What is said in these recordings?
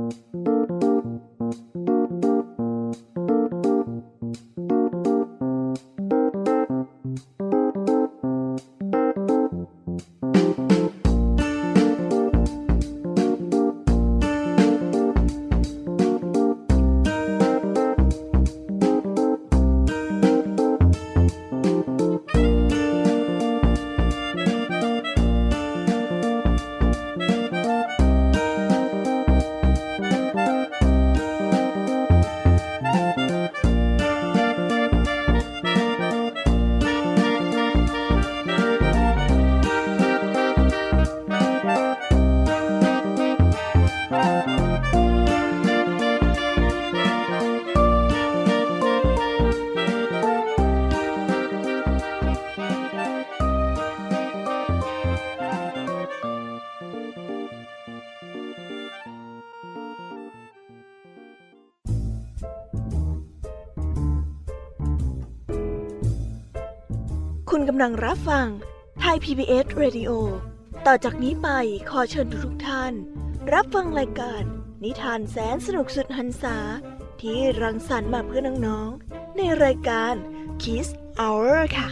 คุณกำลังรับฟังไทย PBS Radio ต่อจากนี้ไปขอเชิญทุกท่านรับฟังรายการนิทานแสนสนุกสุดหรรษาที่รังสรรค์มาเพื่อน้องๆในรายการ Kids Hour ค่ะ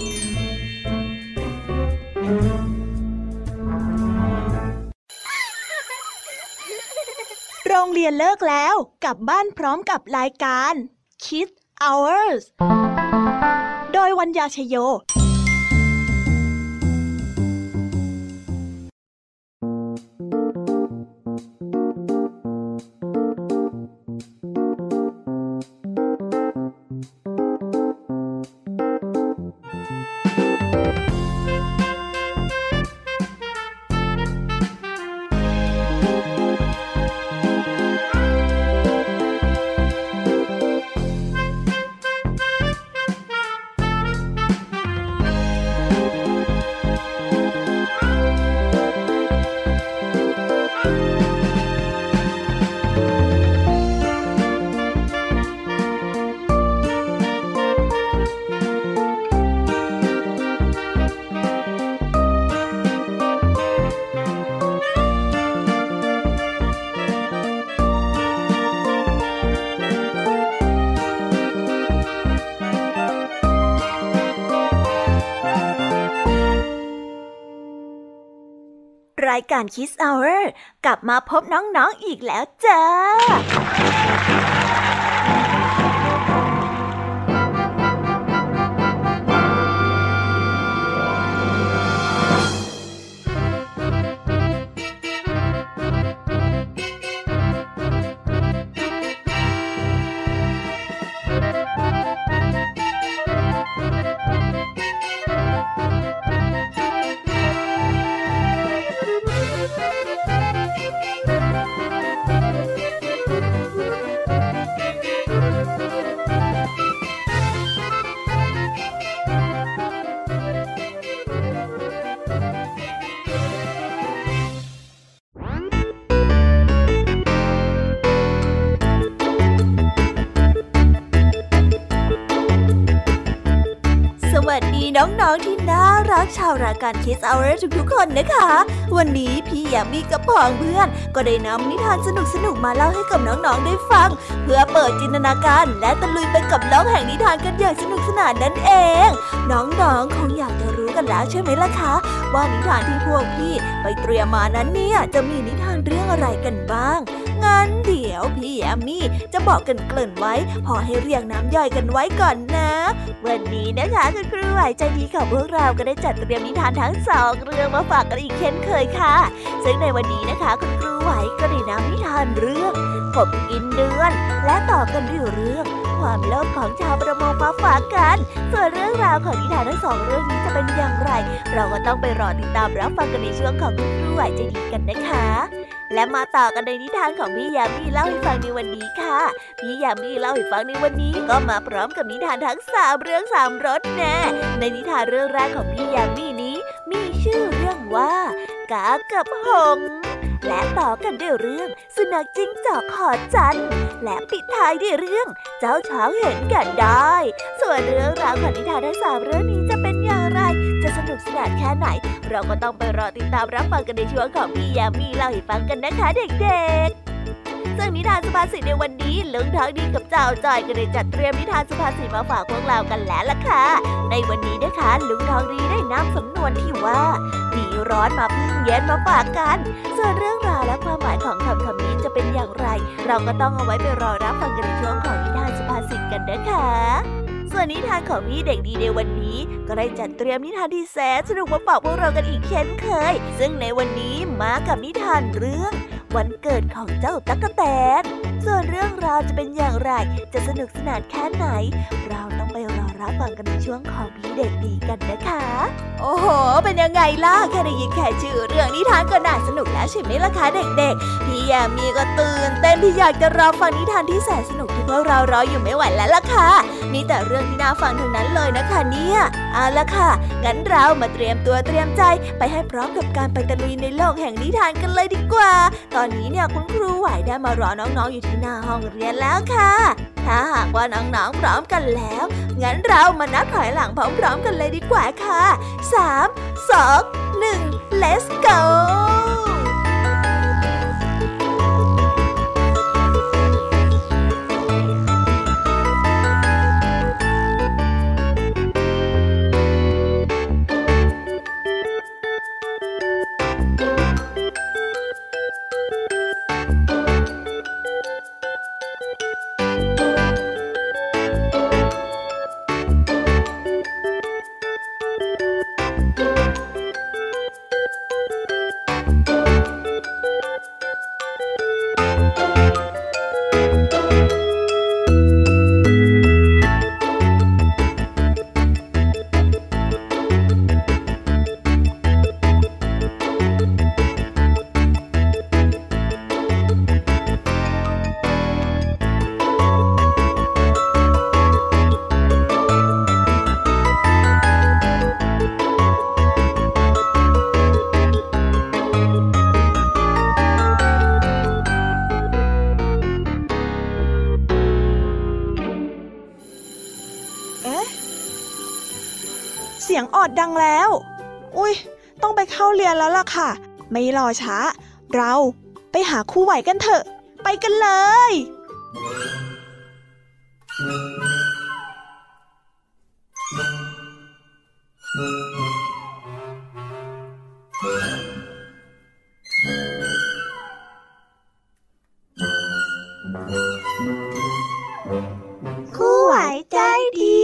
โรงเรียนเลิกแล้วกลับบ้านพร้อมกับรายการ Kids Hours โดยวัญญาชโยรายการ Kids Hour กลับมาพบน้องๆอีกแล้วจ้าน้องๆที่น่ารักชาวรายการ Kids Hour ทุกๆคนนะคะวันนี้พี่ยามีกับพ้องเพื่อนก็ได้นำนิทานสนุกๆมาเล่าให้กับน้องๆได้ฟังเพื่อเปิดจินตนาการและตะลุยไปกับโลกแห่งนิทานกันอย่างสนุกสนานนั่นเองน้องๆคงอยากจะรู้กันแล้วใช่ไหมล่ะคะว่านิทานที่พวกพี่ไปเตรียมมานั้นเนี่ยจะมีนิทานเรื่องอะไรกันบ้างงั้นเดี๋ยวพี่ยามีจะบอกกันเกริ่นไว้พอให้เรียงน้ำย่อยกันไว้ก่อนนะวันนี้นะคะคุณครูไหวใจดีของพวกเราก็ได้จัดเตรียมนิทานทั้ง2เรื่องมาฝากกันอีกเช่นเคยค่ะซึ่งในวันนี้นะคะคุณครูไหวก็ได้นำนิทานเรื่องกบกินเดือนและต่อกันด้วยเรื่องความโลภของชาวประมงมาฝากกันส่วนเรื่องราวของนิทานทั้ง2เรื่องนี้จะเป็นอย่างไรเราก็ต้องไปรอติดตามรับฟังกันในช่วงของคุณครูไหวใจดีกันนะคะและมาต่อกันในนิทานของพี่ยามีเล่าให้ฟังในวันนี้ค่ะพี่ยามีเล่าให้ฟังในวันนี้ก็มาพร้อมกับนิทานทั้ง3เรื่อง3รสแน่ในนิทานเรื่องแรกของพี่ยามีนี้มีชื่อเรื่องว่ากากับหงส์และต่อกันด้วยเรื่องสุนัขจิ้งจอกขอจันทร์และปิดท้ายด้วยเรื่องเจ้าช้างเห็นแก่ได้ส่วนเรื่องราวของนิทานทั้ง3เรื่องนี้จะเป็นอย่างไรจะสนุกสนานแค่ไหนเราก็ต้องไปรอติดตามรับฟังกันในช่วงของพี่ยามีเล่าให้ฟังกันนะคะเด็กๆานสุภาษิตในวันนี้ลุงทองดีกับเจ้าจ้อยก็ได้จัดเตรียมนิทานสุภาษิตมาฝากพวกเรากันแล้วล่ะค่ะในวันนี้นะคะลุงทองดีได้นำสำนวนที่ว่าหนีร้อนมาพึ่งเย็นมาฝากกันส่วนเรื่องราวและความหมายของคำนี้จะเป็นอย่างไรเราก็ต้องเอาไว้ไปรอรับฟังกันในช่วงของนิทานสุภาษิตกันนะคะส่วนนิทานของพี่เด็กดีในวันนี้ก็ได้จัดเตรียมนิทานที่แสนสนุกมาฝากพวกเรากันอีกเช่นเคยซึ่งในวันนี้มากับนิทานเรื่องวันเกิดของเจ้าตั๊กแตนส่วนเรื่องราวจะเป็นอย่างไรจะสนุกสนานแค่ไหนเราต้องไปรอรับฟังกันในช่วงของพี่เด็กดีกันนะคะโอ้โหเป็นยังไงล่ะแค่ได้ยินแค่ชื่อเรื่องนิทานก็น่าสนุกแล้วใช่ไหมล่ะคะเด็กๆพี่แยมมี่ก็ตื่นเต้นที่อยากจะรอฟังนิทานที่แสนสนุกที่พวกเรารออยู่ไม่ไหวแล้วล่ะค่ะมีแต่เรื่องที่น่าฟังทั้งนั้นเลยนะคะเนี่ยเอาล่ะค่ะงั้นเรามาเตรียมตัวเตรียมใจไปให้พร้อมกับการไปตะลุยในโลกแห่งนิทานกันเลยดีกว่าตอนนี้เนี่ยคุณครูไหวได้มารอน้องๆอยู่ที่หน้าห้องเรียนแล้วค่ะถ้าหากว่าน้องๆพร้อมกันแล้วงั้นเรามานับถอยหลังพร้อมๆกันเลยดีกว่าค่ะ3 2 1 let's go เสียงออดดังแล้วอุ๊ยต้องไปเข้าเรียนแล้วล่ะค่ะไม่รอช้าเราไปหาครูไหวกันเถอะไปกันเลยครูไหวใจดี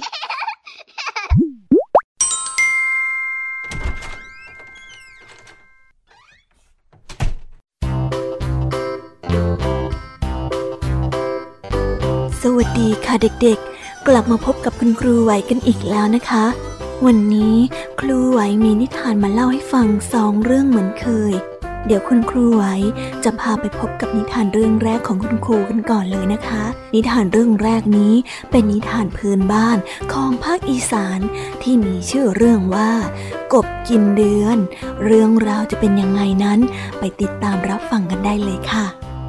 สวัสดีค่ะเด็กๆกลับมาพบกับคุณครูไหวกันอีกแล้วนะคะวันนี้ครูไหวมีนิทานมาเล่าให้ฟัง2 เรื่องเหมือนเคยเดี๋ยวคุณครูไหวจะพาไปพบกับนิทานเรื่องแรกของคุณครูกันก่อนเลยนะคะนิทานเรื่องแรกนี้เป็นนิทานพื้นบ้านของภาคอีสานที่มีชื่อเรื่องว่ากบกินเดือนเรื่องราวจะเป็นยังไงนั้นไปติดตามรับฟังกันได้เลยค่ะ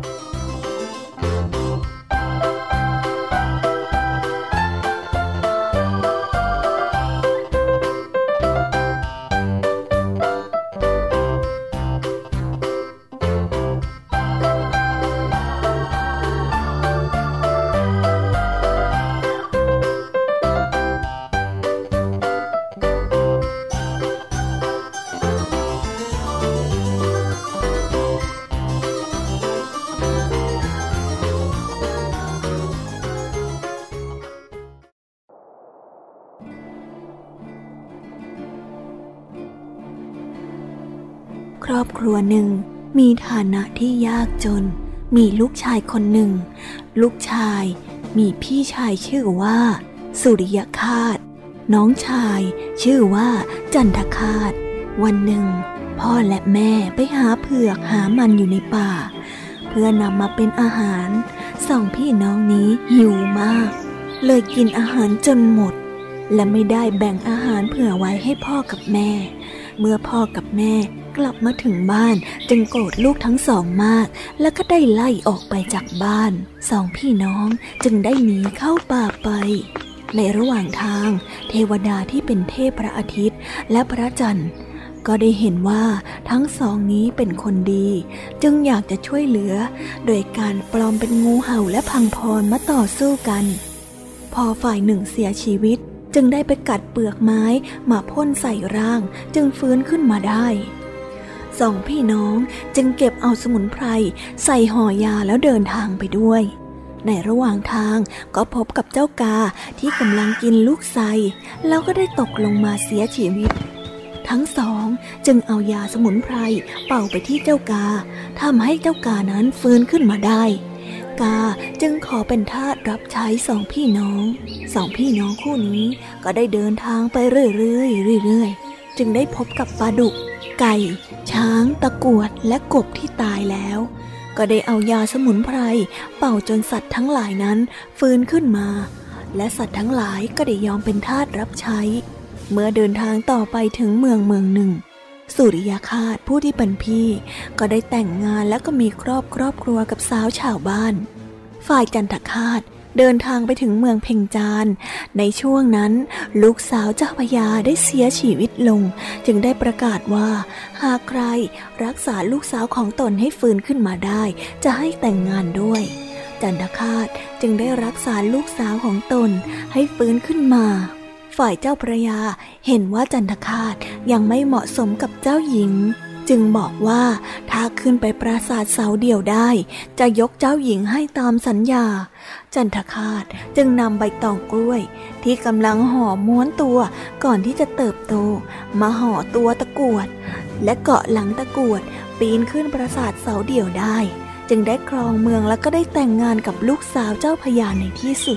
ครอบครัวหนึ่งมีฐานะที่ยากจนมีลูกชายคนหนึ่งลูกชายมีพี่ชายชื่อว่าสุริยคาตน้องชายชื่อว่าจันทคาตวันหนึ่งพ่อและแม่ไปหาเผือกหามันอยู่ในป่าเพื่อนำมาเป็นอาหาร2 พี่น้องนี้หิวมากเลยกินอาหารจนหมดและไม่ได้แบ่งอาหารเผื่อไว้ให้พ่อกับแม่เมื่อพ่อกับแม่กลับมาถึงบ้านจึงโกรธลูกทั้ง2มากแล้วก็ได้ไล่ออกไปจากบ้าน2 พี่น้องจึงได้หนีเข้าป่าไปในระหว่างทางเทวดาที่เป็นเทพพระอาทิตย์และพระจันทร์ก็ได้เห็นว่าทั้งสองนี้เป็นคนดีจึงอยากจะช่วยเหลือโดยการปลอมเป็นงูเห่าและพังพรมาต่อสู้กันพอฝ่ายหนึ่งเสียชีวิตจึงได้ไปกัดเปลือกไม้มาพ่นใส่ร่างจึงฟื้นขึ้นมาได้สองพี่น้องจึงเก็บเอาสมุนไพรใส่ห่อยาแล้วเดินทางไปด้วยในระหว่างทางก็พบกับเจ้ากาที่กำลังกินลูกไทรแล้วก็ได้ตกลงมาเสียชีวิตทั้งสองจึงเอายาสมุนไพรเป่าไปที่เจ้ากาทำให้เจ้ากานั้นฟื้นขึ้นมาได้กาจึงขอเป็นทาสรับใช้สองพี่น้องคู่นี้ก็ได้เดินทางไปเรื่อยๆจึงได้พบกับปลาดุกไก่ช้างตะกรวดและกบที่ตายแล้วก็ได้เอายาสมุนไพรเป่าจนสัตว์ทั้งหลายนั้นฟื้นขึ้นมาและสัตว์ทั้งหลายก็ได้ยอมเป็นทาสรับใช้เมื่อเดินทางต่อไปถึงเมืองหนึ่งสุริยคาตผู้ที่เป็นพี่ก็ได้แต่งงานแล้วก็มีครอบครัวกับสาวชาวบ้านฝ่ายจันทคาตเดินทางไปถึงเมืองเพ็งจานในช่วงนั้นลูกสาวเจ้าพระยาได้เสียชีวิตลงจึงได้ประกาศว่าหากใครรักษาลูกสาวของตนให้ฟื้นขึ้นมาได้จะให้แต่งงานด้วยจันทคาตจึงได้รักษาลูกสาวของตนให้ฟื้นขึ้นมาฝ่ายเจ้าพระยาเห็นว่าจันทคาตยังไม่เหมาะสมกับเจ้าหญิงจึงบอกว่าถ้าขึ้นไปปราสาทเสาเดี่ยวได้จะยกเจ้าหญิงให้ตามสัญญาจันทคาตจึงนำใบตองกล้วยที่กำลังห่อม้วนตัวก่อนที่จะเติบโตมาห่อตัวตะกรวดและเกาะหลังตะกรวดปีนขึ้นปราสาทเสาเดี่ยวได้จึงได้ครองเมืองแล้วก็ได้แต่งงานกับลูกสาวเจ้าพระยาในที่สุด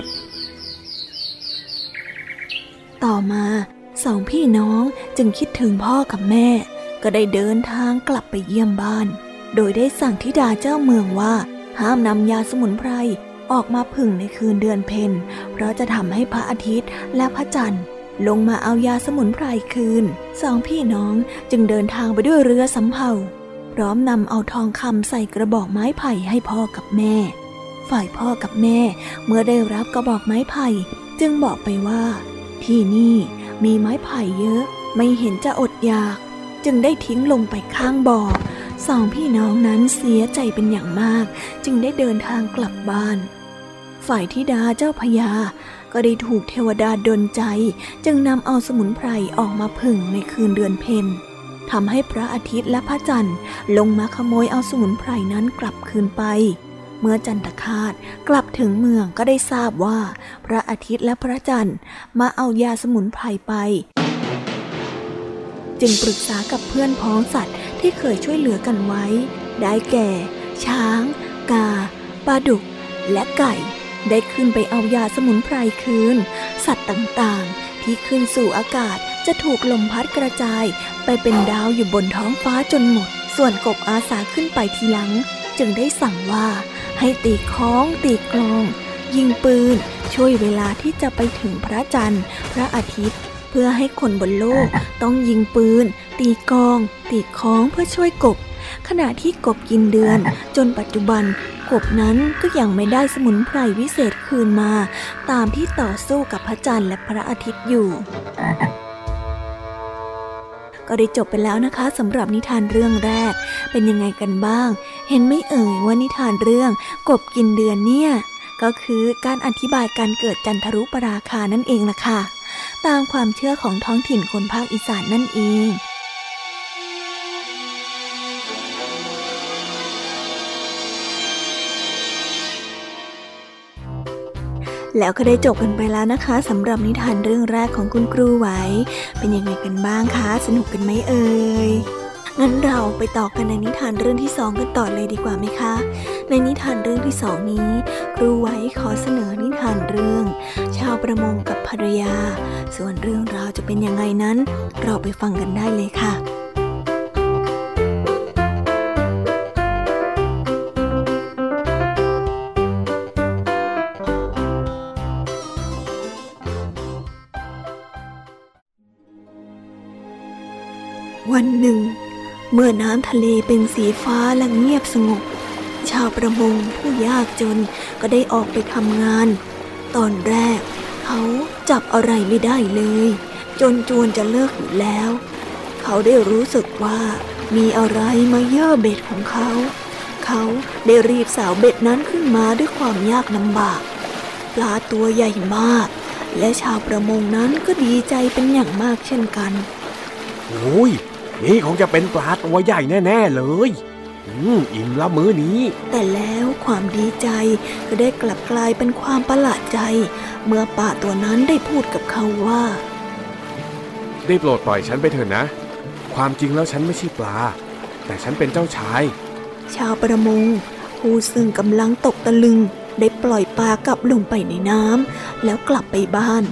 ต่อมาสองพี่น้องจึงคิดถึงพ่อกับแม่ก็ได้เดินทางกลับไปเยี่ยมบ้านโดยได้สั่งธิดาเจ้าเมืองว่าห้ามนำยาสมุนไพรออกมาผึ่งในคืนเดือนเพ็ญเพราะจะทำให้พระอาทิตย์และพระจันทร์ลงมาเอายาสมุนไพรคืนสองพี่น้องจึงเดินทางไปด้วยเรือสำเภาพร้อมนำเอาทองคำใส่กระบอกไม้ไผ่ให้พ่อกับแม่ฝ่ายพ่อกับแม่เมื่อได้รับกระบอกไม้ไผ่จึงบอกไปว่าที่นี่มีไม้ไผ่เยอะไม่เห็นจะอดอยากจึงได้ทิ้งลงไปข้างบ่อสองพี่น้องนั้นเสียใจเป็นอย่างมากจึงได้เดินทางกลับบ้านฝ่ายธิดาเจ้าพระยาก็ได้ถูกเทวดาดลใจจึงนำเอาสมุนไพรออกมาผึ่งในคืนเดือนเพ็ญทำให้พระอาทิตย์และพระจันทร์ลงมาขโมยเอาสมุนไพรนั้นกลับคืนไปเมื่อจันทคาตกลับถึงเมืองก็ได้ทราบว่าพระอาทิตย์และพระจันทร์มาเอายาสมุนไพรไปจึงปรึกษากับเพื่อนพ้องสัตว์ที่เคยช่วยเหลือกันไว้ได้แก่ช้างกาปลาดุกและไก่ได้ขึ้นไปเอายาสมุนไพรคืนสัตว์ต่างๆที่ขึ้นสู่อากาศจะถูกลมพัดกระจายไปเป็นดาวอยู่บนท้องฟ้าจนหมดส่วนกบอาสาขึ้นไปทีหลังจึงได้สั่งว่าให้ตีค้องตีกลองยิงปืนช่วยเวลาที่จะไปถึงพระจันทร์พระอาทิตย์เพื่อให้คนบนโลกต้องยิงปืนตีกลองตีค้องเพื่อช่วยกบขณะที่กบกินเดือนจนปัจจุบันกบนั้นก็ยังไม่ได้สมุนไพรวิเศษคืนมาตามที่ต่อสู้กับพระจันทร์และพระอาทิตย์อยู่ก็ได้จบไปแล้วนะคะสำหรับนิทานเรื่องแรกเป็นยังไงกันบ้างเห็นไหมเอ่ยว่านิทานเรื่องกบกินเดือนเนี่ยก็คือการอธิบายการเกิดจันทรุปราคานั่นเองล่ะค่ะตามความเชื่อของท้องถิ่นคนภาคอีสานนั่นเองแล้วก็ได้จบกันไปแล้วนะคะสำหรับนิทานเรื่องแรกของคุณครูไหวเป็นยังไงกันบ้างคะสนุกกันไหมเอ่ยงั้นเราไปต่อกันในนิทานเรื่องที่2กันต่อเลยดีกว่าไหมคะในนิทานเรื่องที่2นี้ครูไหวขอเสนอนิทานเรื่องชาวประมงกับภรรยาส่วนเรื่องราวจะเป็นยังไงนั้นเราไปฟังกันได้เลยค่ะวันหนึ่งเมื่อน้ำทะเลเป็นสีฟ้าและเงียบสงบชาวประมงผู้ยากจนก็ได้ออกไปทำงานตอนแรกเขาจับอะไรไม่ได้เลยจนจวนจะเลิกอยู่แล้วเขาได้รู้สึกว่ามีอะไรมาเย่อเบ็ดของเขาเขาได้รีบสาวเบ็ดนั้นขึ้นมาด้วยความยากลำบากปลาตัวใหญ่มากและชาวประมงนั้นก็ดีใจเป็นอย่างมากเช่นกันโอ้ยนี่คงจะเป็นปลาตัวใหญ่แน่ๆเลยอิ่มละมื้อนี้แต่แล้วความดีใจก็ได้กลับกลายเป็นความประหลาดใจเมื่อปลาตัวนั้นได้พูดกับเขาว่าได้โปรดปล่อยฉันไปเถอะนะความจริงแล้วฉันไม่ใช่ปลาแต่ฉันเป็นเจ้าชายชาวประมงผู้ซึ่งกำลังตกตะลึงได้ปล่อยปลากลับลงไปในน้ำแล้วกลับไปบ้าน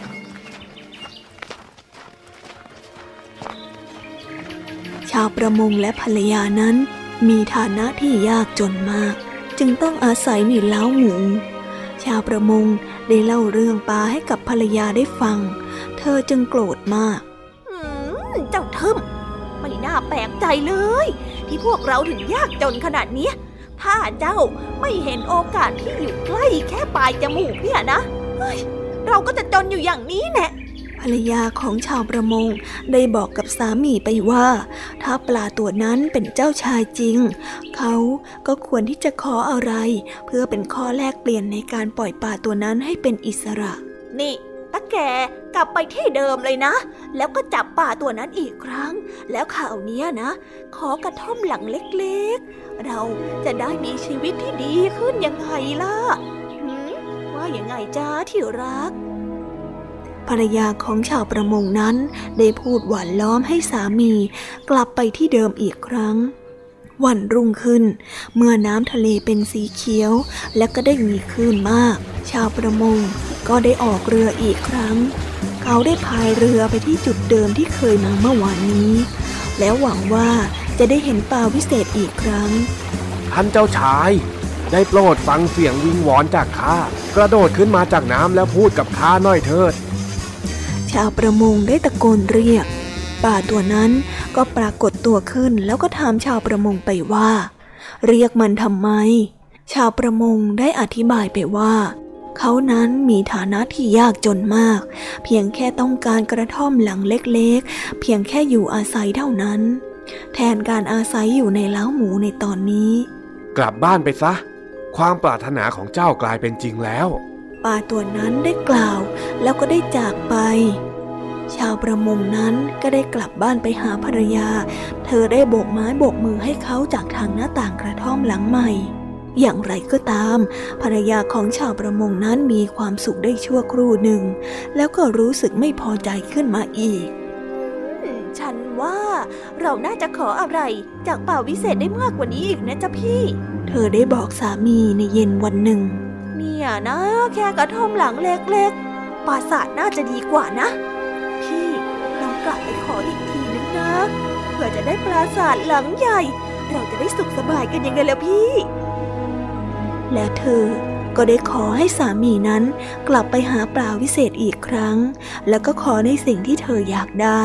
ชาวประมงและภรรยานั้นมีฐานะที่ยากจนมากจึงต้องอาศัยในเล้าหมูชาวประมงได้เล่าเรื่องปลาให้กับภรรยาได้ฟังเธอจึงโกรธมากเจ้าทึมไม่น่าแปลกใจเลยที่พวกเราถึงยากจนขนาดนี้ถ้าเจ้าไม่เห็นโอกาสที่อยู่ใกล้แค่ปลายจมูกเนี่ยนะเราก็จะจนอยู่อย่างนี้แน่ภรรยาของชาวประมงได้บอกกับสามีไปว่าถ้าปลาตัวนั้นเป็นเจ้าชายจริงเขาก็ควรที่จะขออะไรเพื่อเป็นข้อแลกเปลี่ยนในการปล่อยปลาตัวนั้นให้เป็นอิสระนี่ตาแกกลับไปที่เดิมเลยนะแล้วก็จับปลาตัวนั้นอีกครั้งแล้วคราวนี้นะขอกระท่อมหลังเล็กๆเราจะได้มีชีวิตที่ดีขึ้นยังไงล่ะว่ายังไงจ้าที่รักภรรยาของชาวประมงนั้นได้พูดหวานล้อมให้สามีกลับไปที่เดิมอีกครั้งวันรุ่งขึ้นเมื่อน้ำทะเลเป็นสีเขียวและก็ได้มีคลื่นมากชาวประมงก็ได้ออกเรืออีกครั้งเขาได้พายเรือไปที่จุดเดิมที่เคยมาเมื่อวานนี้แล้วหวังว่าจะได้เห็นปลาวิเศษอีกครั้งท่านเจ้าชายได้โปรดฟังเสียงวิงวอนจากข้ากระโดดขึ้นมาจากน้ำแล้วพูดกับข้าหน่อยเถิดชาวประมงได้ตะโกนเรียกปลาตัวนั้นก็ปรากฏตัวขึ้นแล้วก็ถามชาวประมงไปว่าเรียกมันทำไมชาวประมงได้อธิบายไปว่าเขานั้นมีฐานะที่ยากจนมากเพียงแค่ต้องการกระท่อมหลังเล็กๆเพียงแค่อยู่อาศัยเท่านั้นแทนการอาศัยอยู่ในเล้าหมูในตอนนี้กลับบ้านไปซะความปรารถนาของเจ้ากลายเป็นจริงแล้วปลาตัวนั้นได้กล่าวแล้วก็ได้จากไปชาวประมงนั้นก็ได้กลับบ้านไปหาภรรยาเธอได้โบกไม้โบกมือให้เขาจากทางหน้าต่างกระท่อมหลังใหม่อย่างไรก็ตามภรรยาของชาวประมงนั้นมีความสุขได้ชั่วครู่หนึ่งแล้วก็รู้สึกไม่พอใจขึ้นมาอีกฉันว่าเราน่าจะขออะไรจากปลาวิเศษได้มากกว่านี้อีกนะจ๊ะพี่เธอได้บอกสามีในเย็นวันหนึ่งเนี่ยนะแค่กระท่อมหลังเล็กๆปราสาทน่าจะดีกว่านะพี่ลองกลับไปขออีกทีนึงนะเพื่อจะได้ปราสาทหลังใหญ่เราจะได้สุขสบายกันยังไงล่ะพี่และเธอก็ได้ขอให้สามีนั้นกลับไปหาปลาวิเศษอีกครั้งแล้วก็ขอในสิ่งที่เธออยากได้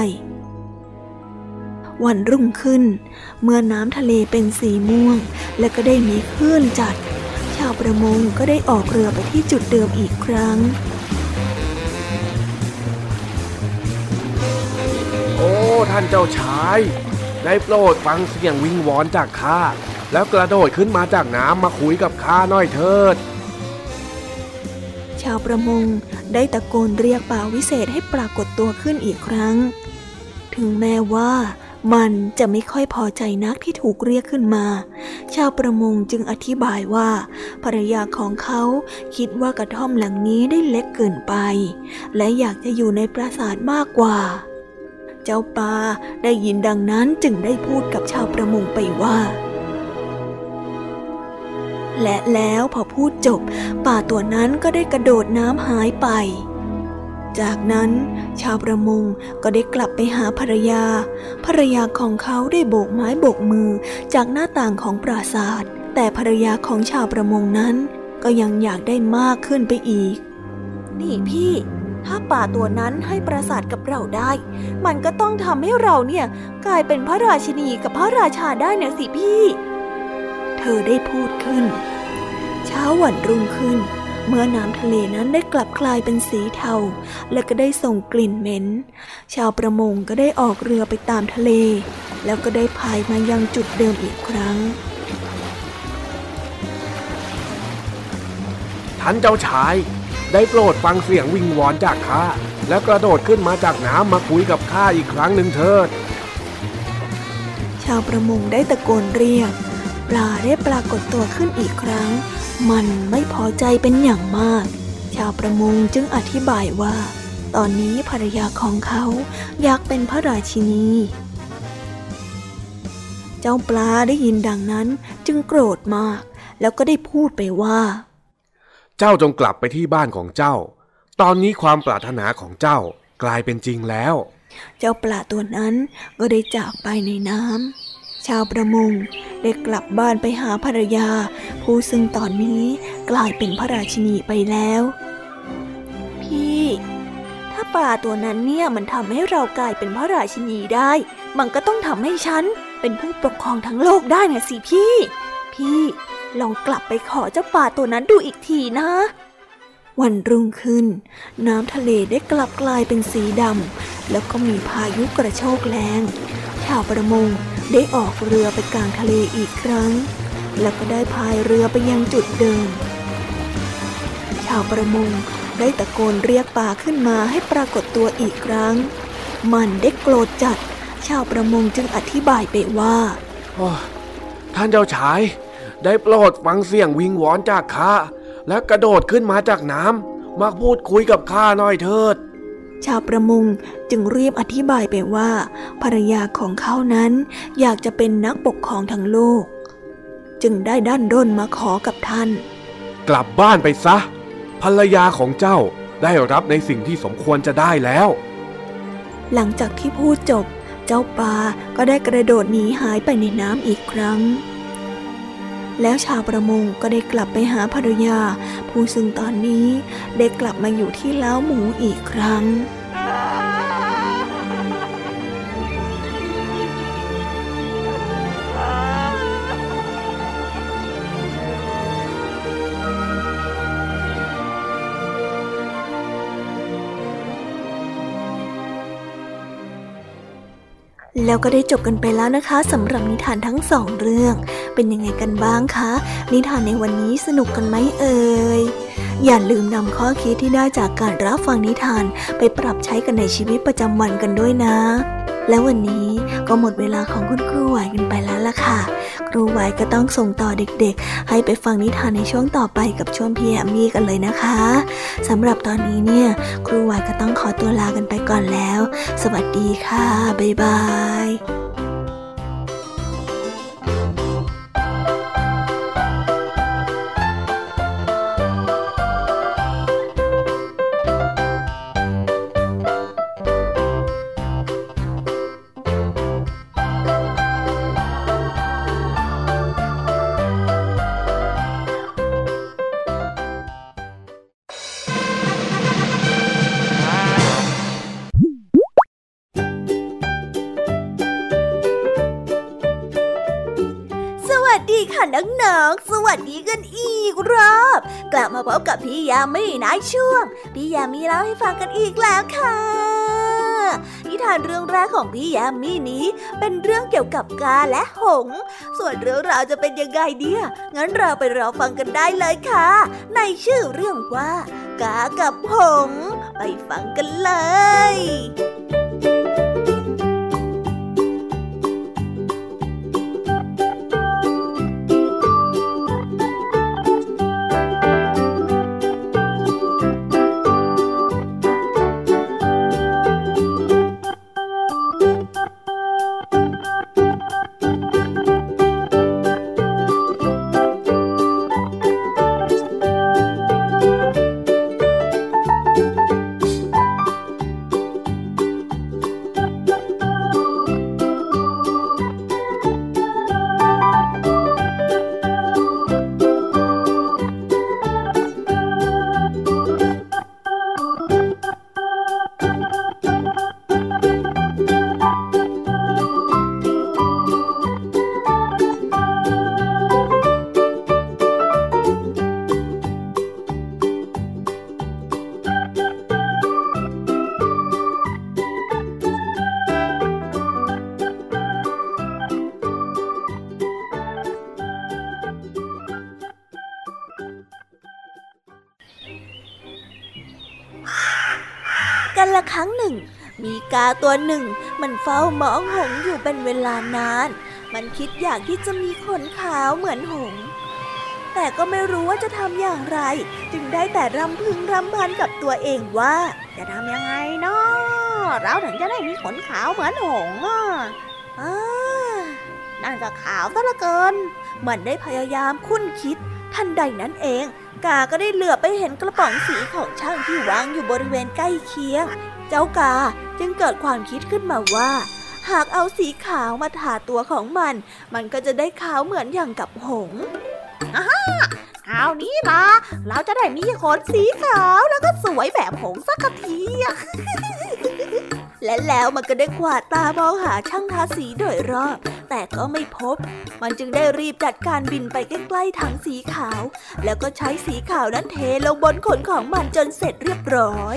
วันรุ่งขึ้นเมื่อน้ำทะเลเป็นสีม่วงและก็ได้มีคลื่นจัดชาวประมงก็ได้ออกเรือไปที่จุดเดิมอีกครั้งโอ้ท่านเจ้าชายได้โปรดฟังเสียงวิงวอนจากข้าแล้วกระโดดขึ้นมาจากน้ำมาคุยกับข้าหน่อยเถิดชาวประมงได้ตะโกนเรียกปลาวิเศษให้ปรากฏตัวขึ้นอีกครั้งถึงแม้ว่ามันจะไม่ค่อยพอใจนักที่ถูกเรียกขึ้นมาชาวประมงจึงอธิบายว่าภรรยาของเขาคิดว่ากระท่อมหลังนี้ได้เล็กเกินไปและอยากจะอยู่ในปราสาทมากกว่าเจ้าปลาได้ยินดังนั้นจึงได้พูดกับชาวประมงไปว่าและแล้วพอพูดจบปลาตัวนั้นก็ได้กระโดดน้ำหายไปจากนั้นชาวประมงก็ได้กลับไปหาภรรยาของเขาได้โบกไม้โบกมือจากหน้าต่างของปราสาทแต่ภรรยาของชาวประมงนั้นก็ยังอยากได้มากขึ้นไปอีกนี่พี่ถ้าปลาตัวนั้นให้ปราสาทกับเราได้มันก็ต้องทำให้เราเนี่ยกลายเป็นพระราชินีกับพระราชาได้นะสิพี่เธอได้พูดขึ้นเช้าวันรุ่งขึ้นเมื่อน้ำทะเลนั้นได้กลับกลายเป็นสีเทาและก็ได้ส่งกลิ่นเหม็นชาวประมงก็ได้ออกเรือไปตามทะเลแล้วก็ได้พายมายังจุดเดิมอีกครั้งท่านเจ้าชายได้โปรดฟังเสียงวิงวอนจากข้าแล้วกระโดดขึ้นมาจากน้ำมาคุยกับข้าอีกครั้งหนึ่งเถิดชาวประมงได้ตะโกนเรียกปลาได้ปรากฏตัวขึ้นอีกครั้งมันไม่พอใจเป็นอย่างมากชาวประมงจึงอธิบายว่าตอนนี้ภรรยาของเขาอยากเป็นพระราชินีเจ้าปลาได้ยินดังนั้นจึงโกรธมากแล้วก็ได้พูดไปว่าเจ้าจงกลับไปที่บ้านของเจ้าตอนนี้ความปรารถนาของเจ้ากลายเป็นจริงแล้วเจ้าปลาตัวนั้นก็ได้จากไปในน้ำชาวประมงได้กลับบ้านไปหาภรรยาผู้ซึ่งตอนนี้กลายเป็นพระราชินีไปแล้วพี่ถ้าปลาตัวนั้นเนี่ยมันทำให้เรากลายเป็นพระราชินีได้มันก็ต้องทำให้ฉันเป็นผู้ปกครองทั้งโลกได้นะสิพี่ลองกลับไปขอเจ้าปลาตัวนั้นดูอีกทีนะวันรุ่งขึ้นน้ำทะเลได้กลับกลายเป็นสีดำแล้วก็มีพายุกระโชกแรงชาวประมงได้ออกเรือไปกลางทะเลอีกครั้งแล้วก็ได้พายเรือไปยังจุดเดิมชาวประมงได้ตะโกนเรียกปลาขึ้นมาให้ปรากฏตัวอีกครั้งมันได้โกรธจัดชาวประมงจึงอธิบายไปว่าท่านเจ้าชายได้โปรดฟังเสียงวิงวอนจากข้าและกระโดดขึ้นมาจากน้ำมาพูดคุยกับข้าหน่อยเถิดชาวประมงจึงรีบอธิบายไปว่าภรรยาของเขานั้นอยากจะเป็นนักปกครองทั้งโลกจึงได้ดันด้นมาขอกับท่านกลับบ้านไปซะภรรยาของเจ้าได้รับในสิ่งที่สมควรจะได้แล้วหลังจากที่พูดจบเจ้าปลาก็ได้กระโดดหนีหายไปในน้ำอีกครั้งแล้วชาวประมงก็ได้กลับไปหาภรรยาผู้ซึ่งตอนนี้ได้กลับมาอยู่ที่เล้าหมูอีกครั้ง แล้วก็ได้จบกันไปแล้วนะคะสำหรับนิทานทั้งสองเรื่องเป็นยังไงกันบ้างคะนิทานในวันนี้สนุกกันไหมเอ่ยอย่าลืมนำข้อคิดที่ได้จากการรับฟังนิทานไปปรับใช้กันในชีวิตประจำวันกันด้วยนะและวันนี้ก็หมดเวลาของคุณครูไหวกันไปแล้วล่ะค่ะครูไหวก็ต้องส่งต่อเด็กๆให้ไปฟังนิทานในช่วงต่อไปกับช่วงพี่แอมมี่กันเลยนะคะสำหรับตอนนี้เนี่ยครูไหวก็ต้องขอตัวลากันไปก่อนแล้วสวัสดีค่ะบ๊ายบายน้องๆสวัสดีกันอีกรอบกลับมาพบกับพี่ยามีในช่วงพี่ยามีเล่าให้ฟังกันอีกแล้วค่ะนิทานเรื่องแรกของพี่ยามีนี้เป็นเรื่องเกี่ยวกับกาและหงส์ส่วนเรื่องราวจะเป็นยังไงเนี่ยงั้นเราไปรอฟังกันได้เลยค่ะในชื่อเรื่องว่ากากับหงส์ไปฟังกันเลยกันละครั้งหนึ่งมีกาตัวหนึ่งมันเฝ้ามองหงส์อยู่เป็นเวลานานมันคิดอยากที่จะมีขนขาวเหมือนหงส์แต่ก็ไม่รู้ว่าจะทำอย่างไรจึงได้แต่รำพึงรำพันกับตัวเองว่าจะทำยังไงเนาะเราถึงจะได้มีขนขาวเหมือนหงส์น่าจะขาวซะเหลือเกินมันได้พยายามคุ้นคิดทันใดนั้นเองกาก็ได้เหลือบไปเห็นกระป๋องสีของช่างที่วางอยู่บริเวณใกล้เคียงเจ้ากาจึงเกิดความคิดขึ้นมาว่าหากเอาสีขาวมาทาตัวของมันก็จะได้ขาวเหมือนอย่างกับหงส์คราวนี้ล่ะเราจะได้มีขนสีขาวแล้วก็สวยแบบหงส์สักทีและแล้วมันก็ได้กวาดตามองหาช่างทาสีโดยรอบแต่ก็ไม่พบมันจึงได้รีบจัดการบินไปใกล้ๆถังสีขาวแล้วก็ใช้สีขาวนั้นเทลงบนขนของมันจนเสร็จเรียบร้อย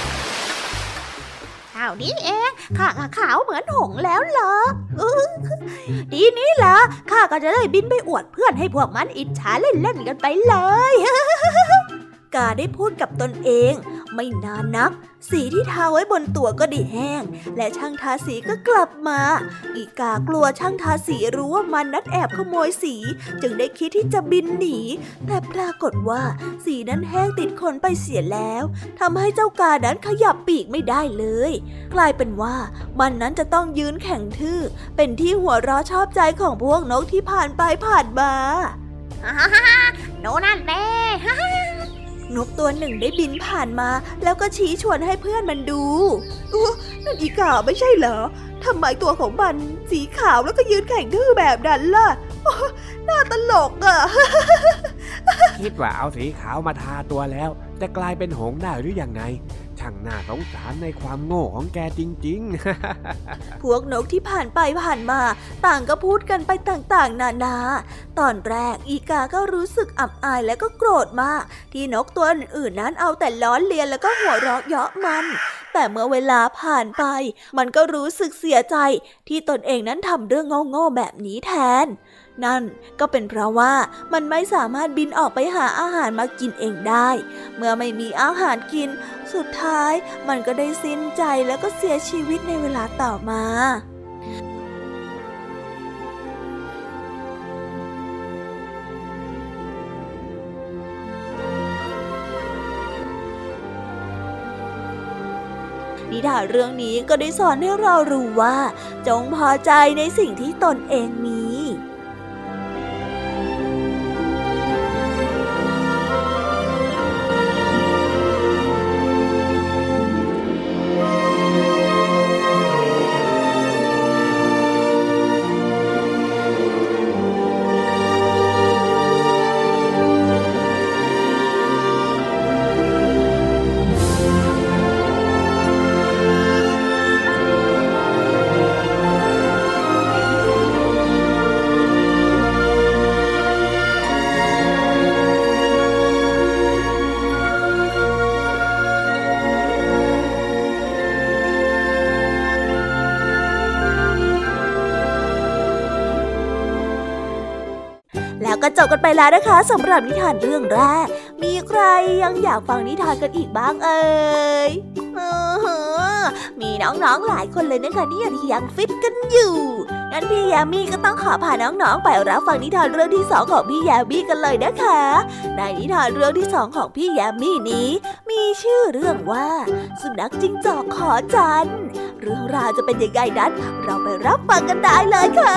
คราวนี้เองข้าก็ขาวเหมือนหงส์แล้วเหรอทีนี้ล่ะข้าก็จะได้บินไปอวดเพื่อนให้พวกมันอิจฉาเล่นๆกันไปเลยกาได้พูดกับตนเองไม่นานนักสีที่ทาไว้บนตัวก็ได้แห้งและช่างทาสีก็กลับมาอีกากลัวช่างทาสีรู้ว่ามันนัดแอบขโมยสีจึงได้คิดที่จะบินหนีแต่ปรากฏว่าสีนั้นแห้งติดขนไปเสียแล้วทำให้เจ้ากานั้นขยับปีกไม่ได้เลยกลายเป็นว่ามันนั้นจะต้องยืนแข็งทื่อเป็นที่หัวเราะชอบใจของพวกนกที่ผ่านไปผ่านมาโน่นนั่นแน่นกตัวหนึ่งได้บินผ่านมาแล้วก็ชี้ชวนให้เพื่อนมันดูนั่นอีกาไม่ใช่เหรอทำไมตัวของมันสีขาวแล้วก็ยืนแข็งทื่อแบบนั้นล่ะน่าตลกอ่ะคิดว่าเอาสีขาวมาทาตัวแล้วจะกลายเป็นหงส์ได้หรือยังไงช่างน่าสงสารในความโง่ของแกจริงๆพวกนกที่ผ่านไปผ่านมาต่างก็พูดกันไปต่างๆนานาตอนแรกอีกาก็รู้สึกอับอายและก็โกรธมากที่นกตัวอื่นๆนั้นเอาแต่ล้อเลียนแล้วก็หัวเราะเยาะมันแต่เมื่อเวลาผ่านไปมันก็รู้สึกเสียใจที่ตนเองนั้นทำเรื่องโง่ๆแบบนี้แทนนั่นก็เป็นเพราะว่ามันไม่สามารถบินออกไปหาอาหารมากินเองได้เมื่อไม่มีอาหารกินสุดท้ายมันก็ได้สิ้นใจแล้วก็เสียชีวิตในเวลาต่อมานิทานเรื่องนี้ก็ได้สอนให้เรารู้ว่าจงพอใจในสิ่งที่ตนเองมีก็จบกันไปแล้วนะคะสำหรับนิทานเรื่องแรกมีใครยังอยากฟังนิทานกันอีกบ้างเอ่ยมีน้องๆหลายคนเลยนะคะที่ยังฟิตกันอยู่งั้นพี่ยามีก็ต้องขอพาน้องๆไปรับฟังนิทานเรื่องที่2ของพี่ยามีกันเลยนะคะในนิทานเรื่องที่2ของพี่ยามีนี้มีชื่อเรื่องว่าสุนัขจิ้งจอกขอจันทร์เรื่องราวจะเป็นยังไงนั้นเราไปรับฟังกันได้เลยค่ะ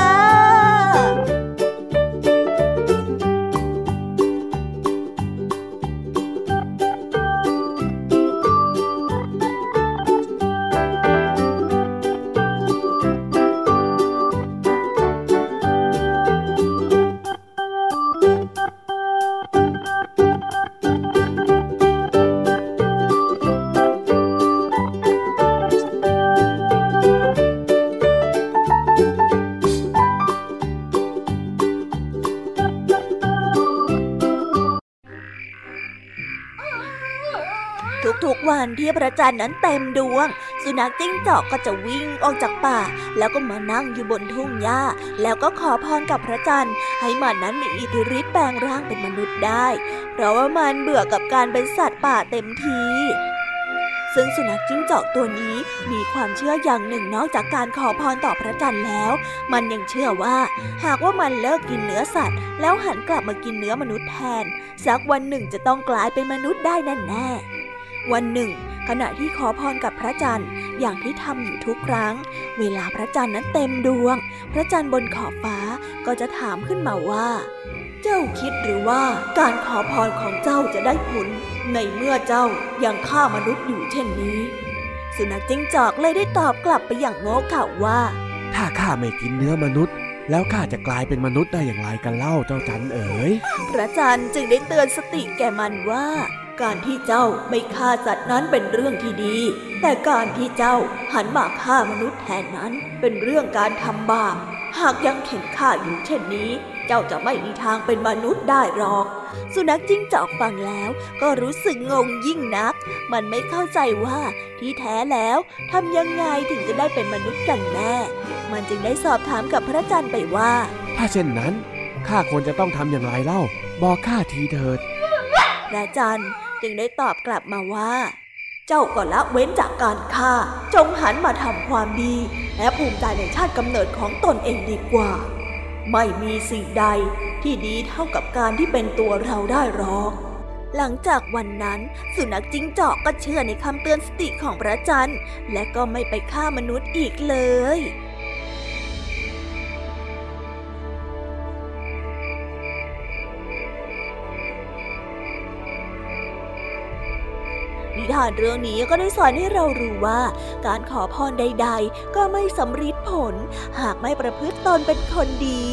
ทุกๆวันที่พระจันทร์นั้นเต็มดวงสุนัขจิ้งจอกก็จะวิ่งออกจากป่าแล้วก็มานั่งอยู่บนทุ่งหญ้าแล้วก็ขอพรกับพระจันทร์ให้มันนั้นมีอิทธิฤทธิ์แปลงร่างเป็นมนุษย์ได้เพราะว่ามันเบื่อกับการเป็นสัตว์ป่าเต็มทีสซึ่งสุนัขจิ้งจอกตัวนี้มีความเชื่ออย่างหนึ่งนอกจากการขอพรต่อพระจันทร์แล้วมันยังเชื่อว่าหากว่ามันเลิกกินเนื้อสัตว์แล้วหันกลับมากินเนื้อมนุษย์แทนสักวันหนึ่งจะต้องกลายเป็นมนุษย์ได้แน่ๆวันหนึ่งขณะที่ขอพรกับพระจันทร์อย่างที่ทำอยู่ทุกครั้งเวลาพระจันทร์นั้นเต็มดวงพระจันทร์บนขอบฟ้าก็จะถามขึ้นมาว่าเจ้าคิดหรือว่าการขอพรของเจ้าจะได้ผลในเมื่อเจ้ายังฆ่ามนุษย์อยู่เช่นนี้สุนัขจิ้งจอกเลยได้ตอบกลับไปอย่างโง่เขลาว่าถ้าข้าไม่กินเนื้อมนุษย์แล้วข้าจะกลายเป็นมนุษย์ได้อย่างไรกันเล่าเจ้าจันเอ๋ยพระจันทร์จึงได้เตือนสติแก่มันว่าการที่เจ้าไม่ฆ่าสัตว์นั้นเป็นเรื่องที่ดีแต่การที่เจ้าหันมาฆ่ามนุษย์แทนนั้นเป็นเรื่องการทำบาปหากยังเข็นฆ่าอยู่เช่นนี้เจ้าจะไม่มีทางเป็นมนุษย์ได้หรอกสุนัขจิ้งจอกฟังแล้วก็รู้สึกงงยิ่งนักมันไม่เข้าใจว่าที่แท้แล้วทำยังไงถึงจะได้เป็นมนุษย์กันแน่มันจึงได้สอบถามกับพระจันทร์ไปว่าถ้าเช่นนั้นข้าควรจะต้องทำอย่างไรเล่าบอกข้าทีเถิดพระจันทร์จึงได้ตอบกลับมาว่าเจ้าก็ละเว้นจากการฆ่าจงหันมาทำความดีและภูมิใจในชาติกำเนิดของตนเองดีกว่าไม่มีสิ่งใดที่ดีเท่ากับการที่เป็นตัวเราได้หรอกหลังจากวันนั้นสุนัขจิ้งจอกก็เชื่อในคำเตือนสติของพระจันทร์และก็ไม่ไปฆ่ามนุษย์อีกเลยนิทานเรื่องนี้ก็ได้สอนให้เรารู้ว่าการขอพรใดๆก็ไม่สำเร็จผลหากไม่ประพฤติตนเป็นคนดี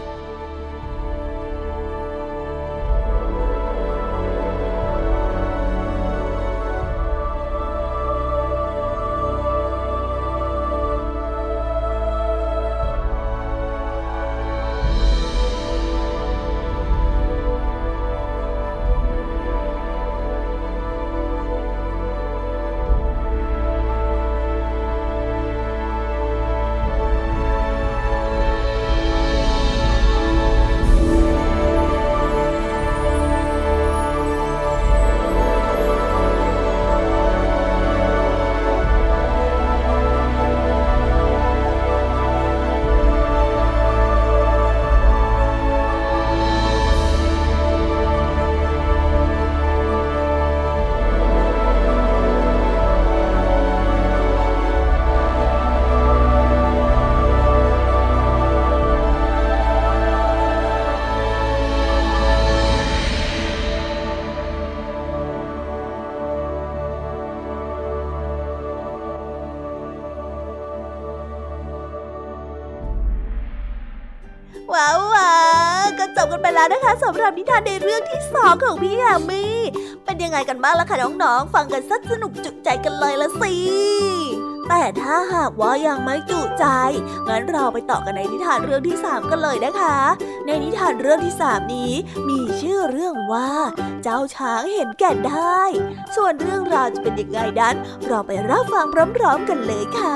ว้าวก็จบกันไปแล้วนะคะสำหรับนิทานในเรื่องที่2ของพี่แอมมี่เป็นยังไงกันบ้างล่ะคะน้องๆฟังกันซัดสนุกจุใจกันเลยละสิแต่ถ้าหากว่ายังไม่จุใจงั้นเราไปต่อกันในนิทานเรื่องที่3กันเลยนะคะในนิทานเรื่องที่3นี้มีชื่อเรื่องว่าเจ้าช้างเห็นแก่ได้ส่วนเรื่องราวจะเป็นยังไงนั้นเราไปรับฟังพร้อมๆกันเลยค่ะ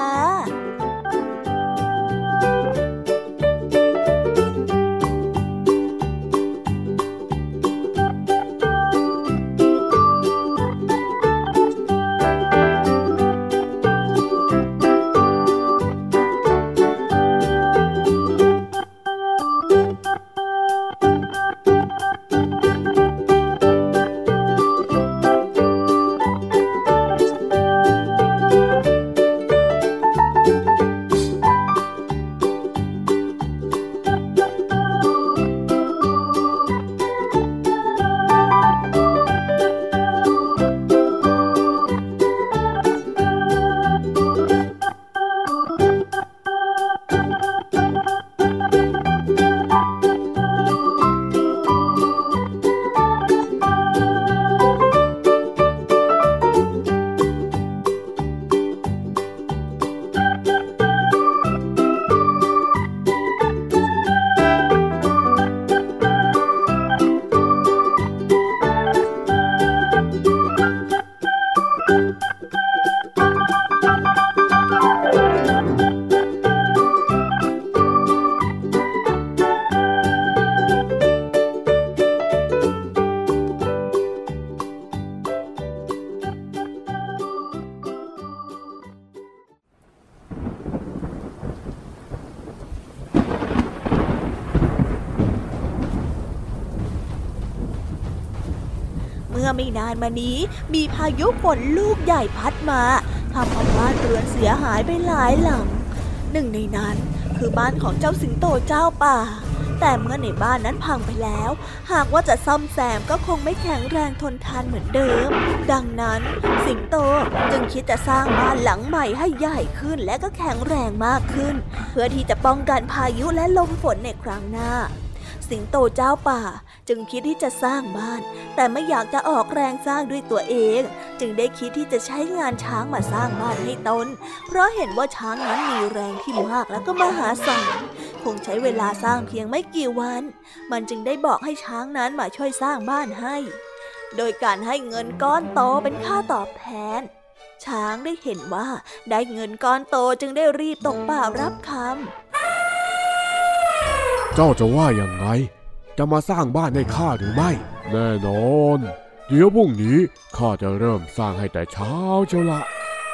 มื่อไม่นานมานี้มีพายุฝนลูกใหญ่พัดมาทำเอาบ้านเรือนเสียหายไปหลายหลังหนึ่งในนั้นคือบ้านของเจ้าสิงโตเจ้าป่าแต่เมื่อในบ้านนั้นพังไปแล้วหากว่าจะซ่อมแซมก็คงไม่แข็งแรงทนทานเหมือนเดิมดังนั้นสิงโตจึงคิดจะสร้างบ้านหลังใหม่ให้ใหญ่ขึ้นและก็แข็งแรงมากขึ้นเพื่อที่จะป้องกันพายุและลมฝนในครั้งหน้าสิงโตเจ้าป่าจึงคิดที่จะสร้างบ้านแต่ไม่อยากจะออกแรงสร้างด้วยตัวเองจึงได้คิดที่จะใช้งานช้างมาสร้างบ้านให้ตนเพราะเห็นว่าช้างนั้นมีแรงที่มากและก็มหาศาลคงใช้เวลาสร้างเพียงไม่กี่วันมันจึงได้บอกให้ช้างนั้นมาช่วยสร้างบ้านให้โดยการให้เงินก้อนโตเป็นค่าตอบแทนช้างได้เห็นว่าได้เงินก้อนโตจึงได้รีบตกป่ารับคำเจ้าจะว่ายังไงจะมาสร้างบ้านให้ข้าหรือไม่แน่นอนเดี๋ยวพรุ่งนี้ข้าจะเริ่มสร้างให้แต่เช้าเชียวละ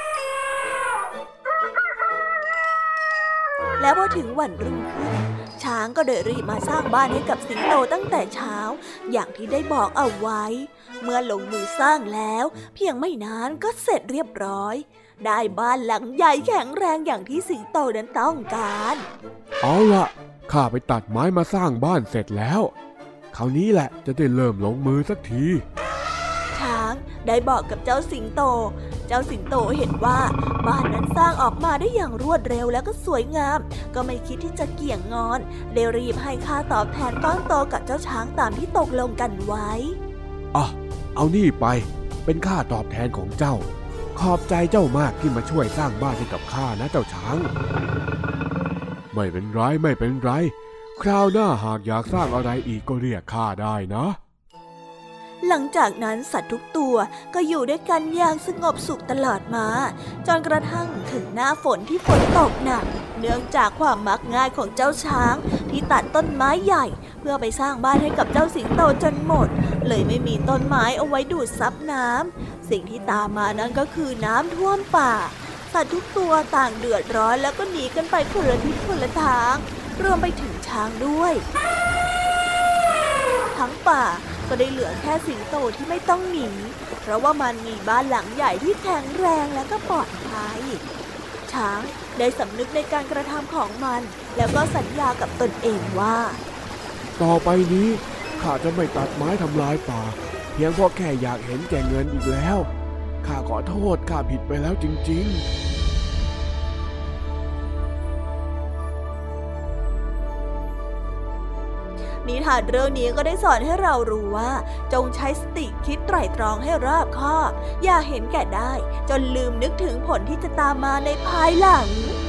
แล้วพอถึงวันรุ่งขึ้นช้างก็ได้รีบมาสร้างบ้านให้กับสิงโตตั้งแต่เช้าอย่างที่ได้บอกเอาไว้เมื่อลงมือสร้างแล้วเพียงไม่นานก็เสร็จเรียบร้อยได้บ้านหลังใหญ่แข็งแรงอย่างที่สิงโตนั้นต้องการเอาล่ะข้าไปตัดไม้มาสร้างบ้านเสร็จแล้วคราวนี้แหละจะได้เริ่มลงมือสักทีช้างได้บอกกับเจ้าสิงโตเห็นว่าบ้านนั้นสร้างออกมาได้อย่างรวดเร็วและก็สวยงามก็ไม่คิดที่จะเกี่ยงงอนได้รีบให้ค่าตอบแทนก้อนโตกับเจ้าช้างตามที่ตกลงกันไว้เอานี่ไปเป็นค่าตอบแทนของเจ้าขอบใจเจ้ามากที่มาช่วยสร้างบ้านให้กับข้านะเจ้าช้างไม่เป็นไรคราวหน้าหากอยากสร้างอะไรอีกก็เรียกข้าได้นะหลังจากนั้นสัตว์ทุกตัวก็อยู่ด้วยกันอย่างสงบสุขตลอดมาจนกระทั่งถึงหน้าฝนที่ฝนตกหนักเนื่องจากความมักง่ายของเจ้าช้างที่ตัดต้นไม้ใหญ่เพื่อไปสร้างบ้านให้กับเจ้าสิงโตจนหมดเลยไม่มีต้นไม้เอาไว้ดูดซับน้ำสิ่งที่ตามมานั้นก็คือน้ำท่วมป่าสัตว์ทุกตัวต่างเดือดร้อนแล้วก็หนีกันไปคนละทิศคนละทางรวมไปถึงช้างด้วยทั้งป่าก็ได้เหลือแค่สิงโตที่ไม่ต้องหนีเพราะว่ามันมีบ้านหลังใหญ่ที่แข็งแรงและก็ปลอดภัยช้างได้สำนึกในการกระทำของมันแล้วก็สัญญากับตนเองว่าต่อไปนี้ข้าจะไม่ตัดไม้ทำลายป่าเพียงเพราะแค่อยากเห็นแก่เงินอีกแล้วข้าขอโทษข้าผิดไปแล้วจริงๆนิทานเรื่องนี้ก็ได้สอนให้เรารู้ว่าจงใช้สติคิดไตร่ตรองให้รอบคอบอย่าเห็นแก่ได้จนลืมนึกถึงผลที่จะตามมาในภายหลัง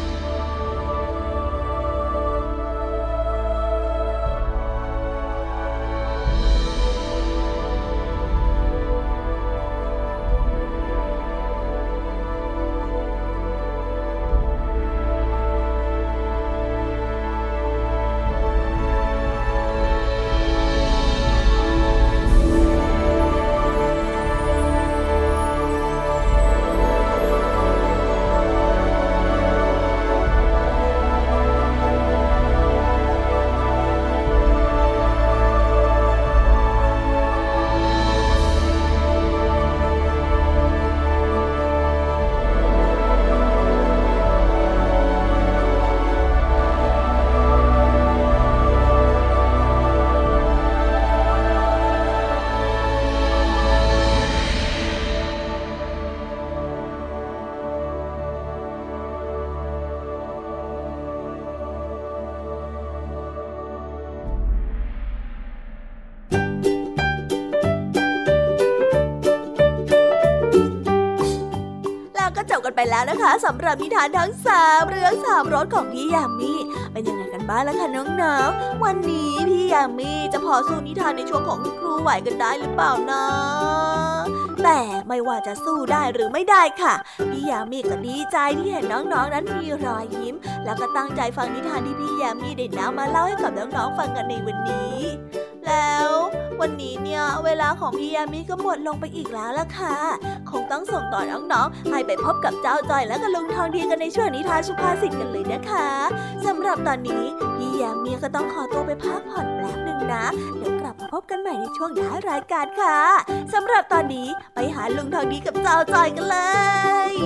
กันไปแล้วนะคะสำหรับนิทานทั้ง3เรื่อง3รสของพี่ยามีเป็นยังไงกันบ้างล่ะคะน้องๆวันนี้พี่ยามีจะพอสู้นิทานในช่วงของครูไหวกันได้หรือเปล่านะแต่ไม่ว่าจะสู้ได้หรือไม่ได้ค่ะพี่ยามีก็ดีใจที่เห็นน้องๆนั้นมีรอยยิ้มแล้วก็ตั้งใจฟังนิทานที่พี่ยามีได้นำมาเล่าให้กับน้องๆฟังกันในวันนี้แล้ววันนี้เนี่ยเวลาของพี่ยามีก็หมดลงไปอีกแล้วล่ะค่ะคงต้องส่งต่อน้องๆให้ไปพบกับเจ้าจอยและก็ลุงทองดีกันในช่วงนิทานสุภาษิตกันเลยนะคะสำหรับตอนนี้พี่ยามีก็ต้องขอตัวไปพักผ่อนแป๊บนึงนะเดี๋ยวกลับมาพพบกันใหม่ในช่วงท้ายรายการค่ะสำหรับตอนนี้ไปหาลุงทองดีกับเจ้าจอยกันเลย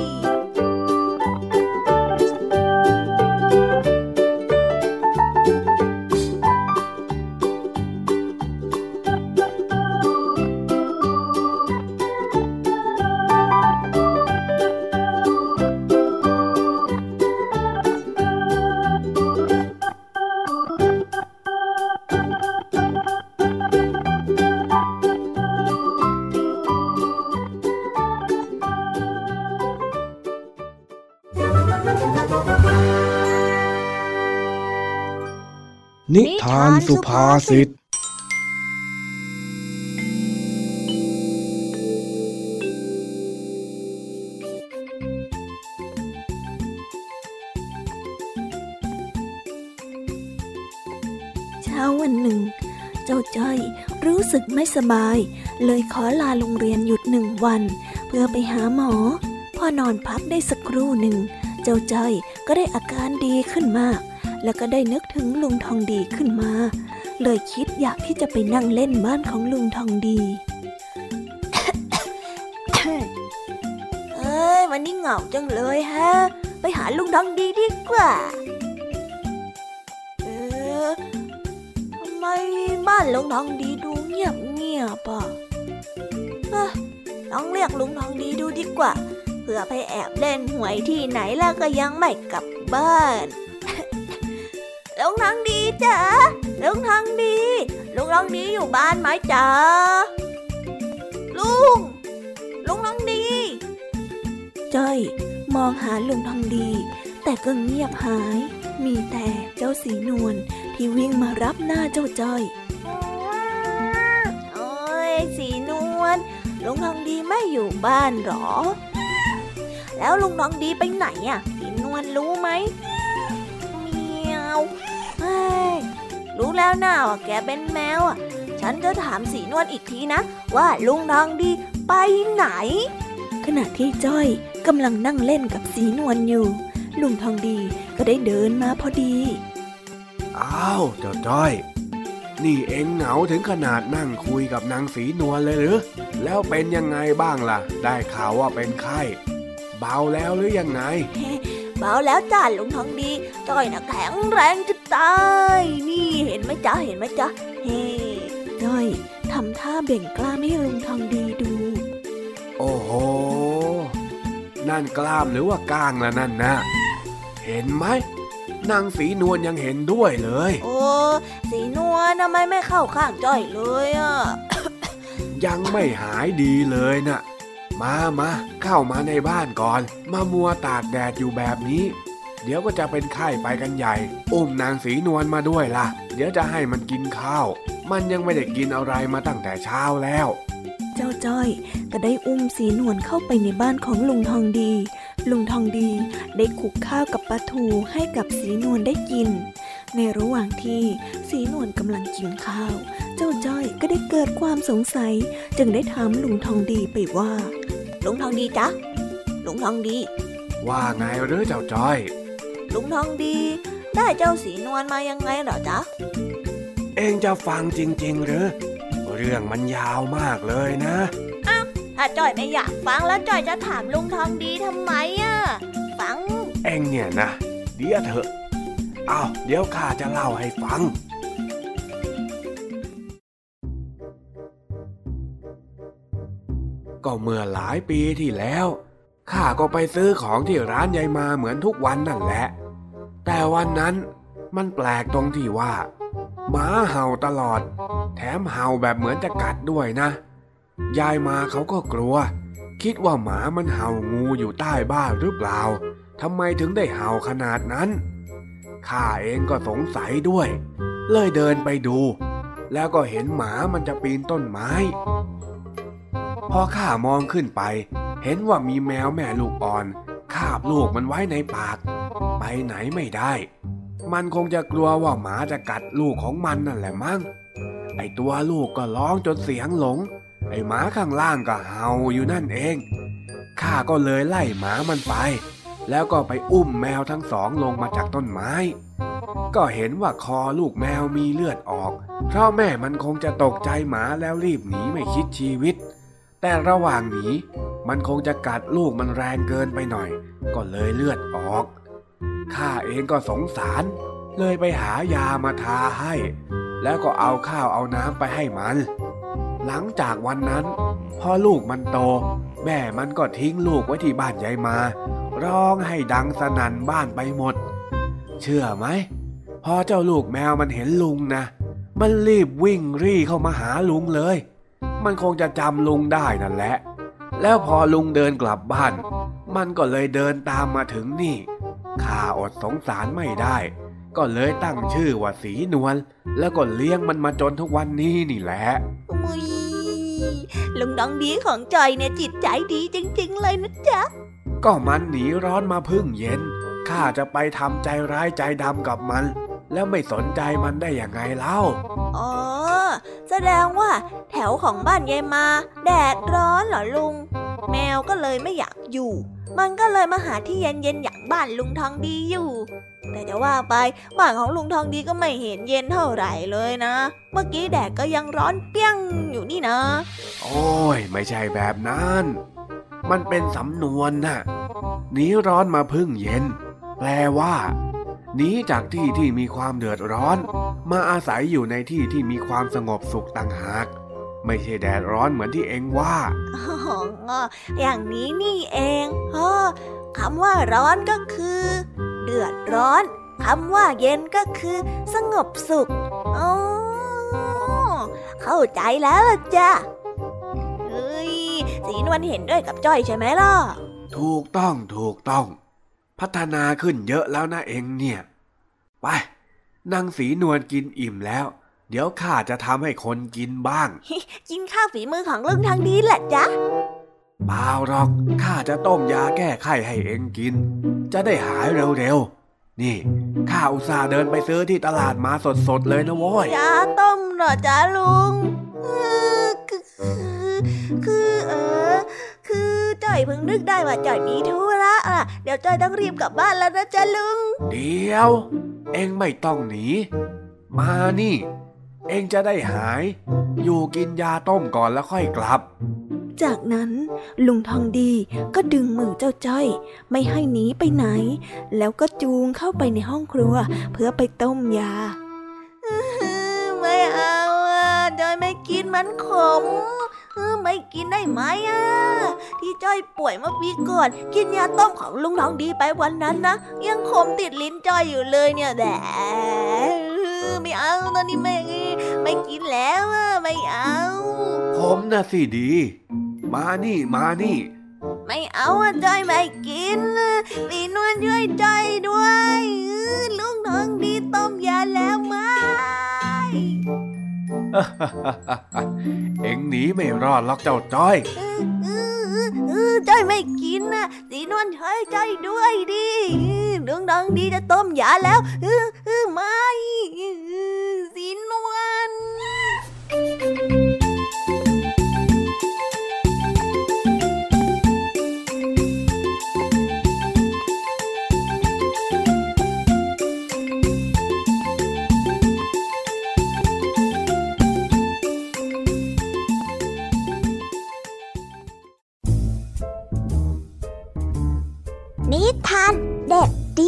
นิทานสุภาษิตเช้าวันหนึ่งเจ้าจ้อยรู้สึกไม่สบายเลยขอลาโรงเรียนหยุด1 วันเพื่อไปหาหมอพอนอนพักได้สักครู่หนึ่งเจ้าจ้อยก็ได้อาการดีขึ้นมากแล้วก็ได้นึกถึงลุงทองดีขึ้นมาเลยคิดอยากที่จะไปนั่งเล่นบ้านของลุงทองดี วันนี้เหงาจังเลยฮะไปหาลุงทองดีดีกว่าทำไมบ้านลุงทองดีดูเงียบอ่ะลองเรียกลุงทองดีดูดีกว่าเพื่อไปแอบเล่นหวยที่ไหนแล้วก็ยังไม่กลับบ้านลุงทองดีจ๋าลุงทองดีอยู่บ้านไหมจ๋าลุงทองดีจ้อยมองหาลุงทองดีแต่ก็เงียบหายมีแต่เจ้าสีนวลที่วิ่งมารับหน้าเจ้าจ้อยโอ้ยสีนวลลุงทองดีไม่อยู่บ้านหรอแล้วลุงทองดีไปไหนอ่ะสีนวลรู้ไหมรู้แล้วนะว่าแกเป็นแมวอ่ะฉันจะถามสีนวลอีกทีนะว่าลุงทองดีไปไหนขณะที่จ้อยกำลังนั่งเล่นกับสีนวลอยู่ลุงทองดีก็ได้เดินมาพอดีอ้าวเจ้าจ้อยนี่เอ็งเหงาถึงขนาดนั่งคุยกับนางสีนวลเลยหรือแล้วเป็นยังไงบ้างล่ะได้ข่าวว่าเป็นไข้เบาแล้วหรือยังไงเบาแล้วจ้าลุงทองดีจ้อยน่ะแข็งแรงจะตายนี่เห็นไหมจ๊ะเฮ้จ้อยทำท่าเบ่งกล้ามให้ลุงทองดีดูโอ้โหนั่นกล้ามหรือว่าก้างล่ะนั่นนะเห็นไหมนางสีนวลยังเห็นด้วยเลยโอ้สีนวลทำไมไม่เข้าข้างจ้อยเลยอ่ะยังไม่หายดีเลยนะมาเข้ามาในบ้านก่อนมามัวตากแดดอยู่แบบนี้เดี๋ยวก็จะเป็นไข้ไปกันใหญ่อุ้มนางสีนวลมาด้วยล่ะเดี๋ยวจะให้มันกินข้าวมันยังไม่ได้กินอะไรมาตั้งแต่เช้าแล้วเจ้าจ้อยก็ได้อุ้มสีนวลเข้าไปในบ้านของลุงทองดีลุงทองดีได้คลุกข้าวกับปลาทูให้กับสีนวลได้กินในระหว่างที่สีนวลกำลังกินข้าวเจ้าจ้อยก็ได้เกิดความสงสัยจึงได้ถามลุงทองดีไปว่าลุงทองดีจ๊ะลุงทองดีว่าไงหรือเจ้าจ้อยลุงทองดีได้เจ้าสีนวลมายังไงเหรอจ๊ะเอ็งจะฟังจริงๆหรือเรื่องมันยาวมากเลยนะอ้าวถ้าจ้อยไม่อยากฟังแล้วจ้อยจะถามลุงทองดีทำไมอ่ะฟังเอ็งเนี่ยนะเดี๋ยวเถอะเดี๋ยวข้าจะเล่าให้ฟังก็เมื่อหลายปีที่แล้วข้าก็ไปซื้อของที่ร้านยายมาเหมือนทุกวันนั่นแหละแต่วันนั้นมันแปลกตรงที่ว่าหมาเห่าตลอดแถมเห่าแบบเหมือนจะกัดด้วยนะยายมาเขาก็กลัวคิดว่าหมามันเห่างูอยู่ใต้บ้านหรือเปล่าทำไมถึงได้เห่าขนาดนั้นข้าเองก็สงสัยด้วยเลยเดินไปดูแล้วก็เห็นหมามันจะปีนต้นไม้พอข้ามองขึ้นไปเห็นว่ามีแมวแม่ลูกอ่อนคาบลูกมันไว้ในปากไปไหนไม่ได้มันคงจะกลัวว่าหมาจะกัดลูกของมันนั่นแหละมั้งไอตัวลูกก็ร้องจนเสียงหลงไอหมาข้างล่างก็เห่าอยู่นั่นเองข้าก็เลยไล่หมามันไปแล้วก็ไปอุ้มแมวทั้งสองลงมาจากต้นไม้ก็เห็นว่าคอลูกแมวมีเลือดออกเพราะแม่มันคงจะตกใจหมาแล้วรีบหนีไม่คิดชีวิตแต่ระหว่างหนีมันคงจะกัดลูกมันแรงเกินไปหน่อยก็เลยเลือดออกข้าเองก็สงสารเลยไปหายามาทาให้แล้วก็เอาข้าวเอาน้ำไปให้มันหลังจากวันนั้นพอลูกมันโตแม่มันก็ทิ้งลูกไว้ที่บ้านยายมาร้องให้ดังสนั่นบ้านไปหมดเชื่อไหมพอเจ้าลูกแมวมันเห็นลุงนะมันรีบวิ่งรี่เข้ามาหาลุงเลยมันคงจะจำลุงได้นั่นแหละแล้วพอลุงเดินกลับบ้านมันก็เลยเดินตามมาถึงนี่ข้าอดสงสารไม่ได้ก็เลยตั้งชื่อว่าสีนวลแล้วก็เลี้ยงมันมาจนทุกวันนี้นี่แหละลุงดองดีของจอยเนี่ยจิตใจดีจริงๆเลยนะจ๊ะก็มันหนีร้อนมาพึ่งเย็นข้าจะไปทำใจร้ายใจดำกับมันแล้วไม่สนใจมันได้ยังไงเล่าอ๋อแสดงว่าแถวของบ้านยายมาแดดร้อนเหรอลุงแมวก็เลยไม่อยากอยู่มันก็เลยมาหาที่เย็นๆอย่างบ้านลุงทองดีอยู่แต่จะว่าไปบ้านของลุงทองดีก็ไม่เห็นเย็นเท่าไหร่เลยนะเมื่อกี้แดดก็ยังร้อนเปี้ยงอยู่นี่นะโอ้ยไม่ใช่แบบนั้นมันเป็นสำนวนน่ะหนีร้อนมาพึ่งเย็นแปลว่าหนีจากที่ที่มีความเดือดร้อนมาอาศัยอยู่ในที่ที่มีความสงบสุขต่างหากไม่ใช่แดดร้อนเหมือนที่เอ็งว่าอ๋ออย่างนี้นี่เองคำว่าร้อนก็คือเดือดร้อนคำว่าเย็นก็คือสงบสุขอ๋อเข้าใจแล้วจ้ะเฮ้ยสีนวลเห็นด้วยกับจ้อยใช่ไหมล่ะถูกต้องพัฒนาขึ้นเยอะแล้วนะเอ็งเนี่ยไปนางสีนวลกินอิ่มแล้วเดี๋ยวข้าจะทำให้คนกินบ้างกินข้าวฝีมือของลุงทางดีแหละจ๊ะเปล่าหรอกข้าจะต้มยาแก้ไข้ให้เอ็งกินจะได้หายเร็วๆนี่ข้าอุตส่าห์เดินไปซื้อที่ตลาดมาสดๆเลยนะโว้ยยาต้มเหรอจ๊ะลุงคือจ้อยเพิ่งนึกได้ว่าจ้อยมีธุระเดี๋ยวจ้อยต้องรีบกลับบ้านแล้วนะจ๊ะลุงเดี๋ยวเอ็งไม่ต้องหนีมานี่เอ็งจะได้หายอยู่กินยาต้มก่อนแล้วค่อยกลับจากนั้นลุงทองดีก็ดึงมือเจ้าจ้อยไม่ให้หนีไปไหนแล้วก็จูงเข้าไปในห้องครัวเพื่อไปต้มยาไม่เอาจ้อยไม่กินมันขมไม่กินได้ไหมที่จ้อยป่วยเมื่อปีก่อนกินยาต้มของลุงทองดีไปวันนั้นนะยังขมติดลิ้นจ้อยอยู่เลยเนี่ยแหละไม่เอาตอนนี้ไม่กินแล้วไม่เอาขมนะสิดีมานี่ไม่เอาจ้อยไม่กินสีนวลช่วยจ้อยด้วยลุงทองดีต้มยาแล้วไหมเอ็งหนีไม่รอดหรอกเจ้าจ้อยจ้อยไม่กินนะสีนวลช่วยจ้อยด้วยดิลุงทองดีจะต้มยาแล้วไม่สีนวลนิทานเด็กดี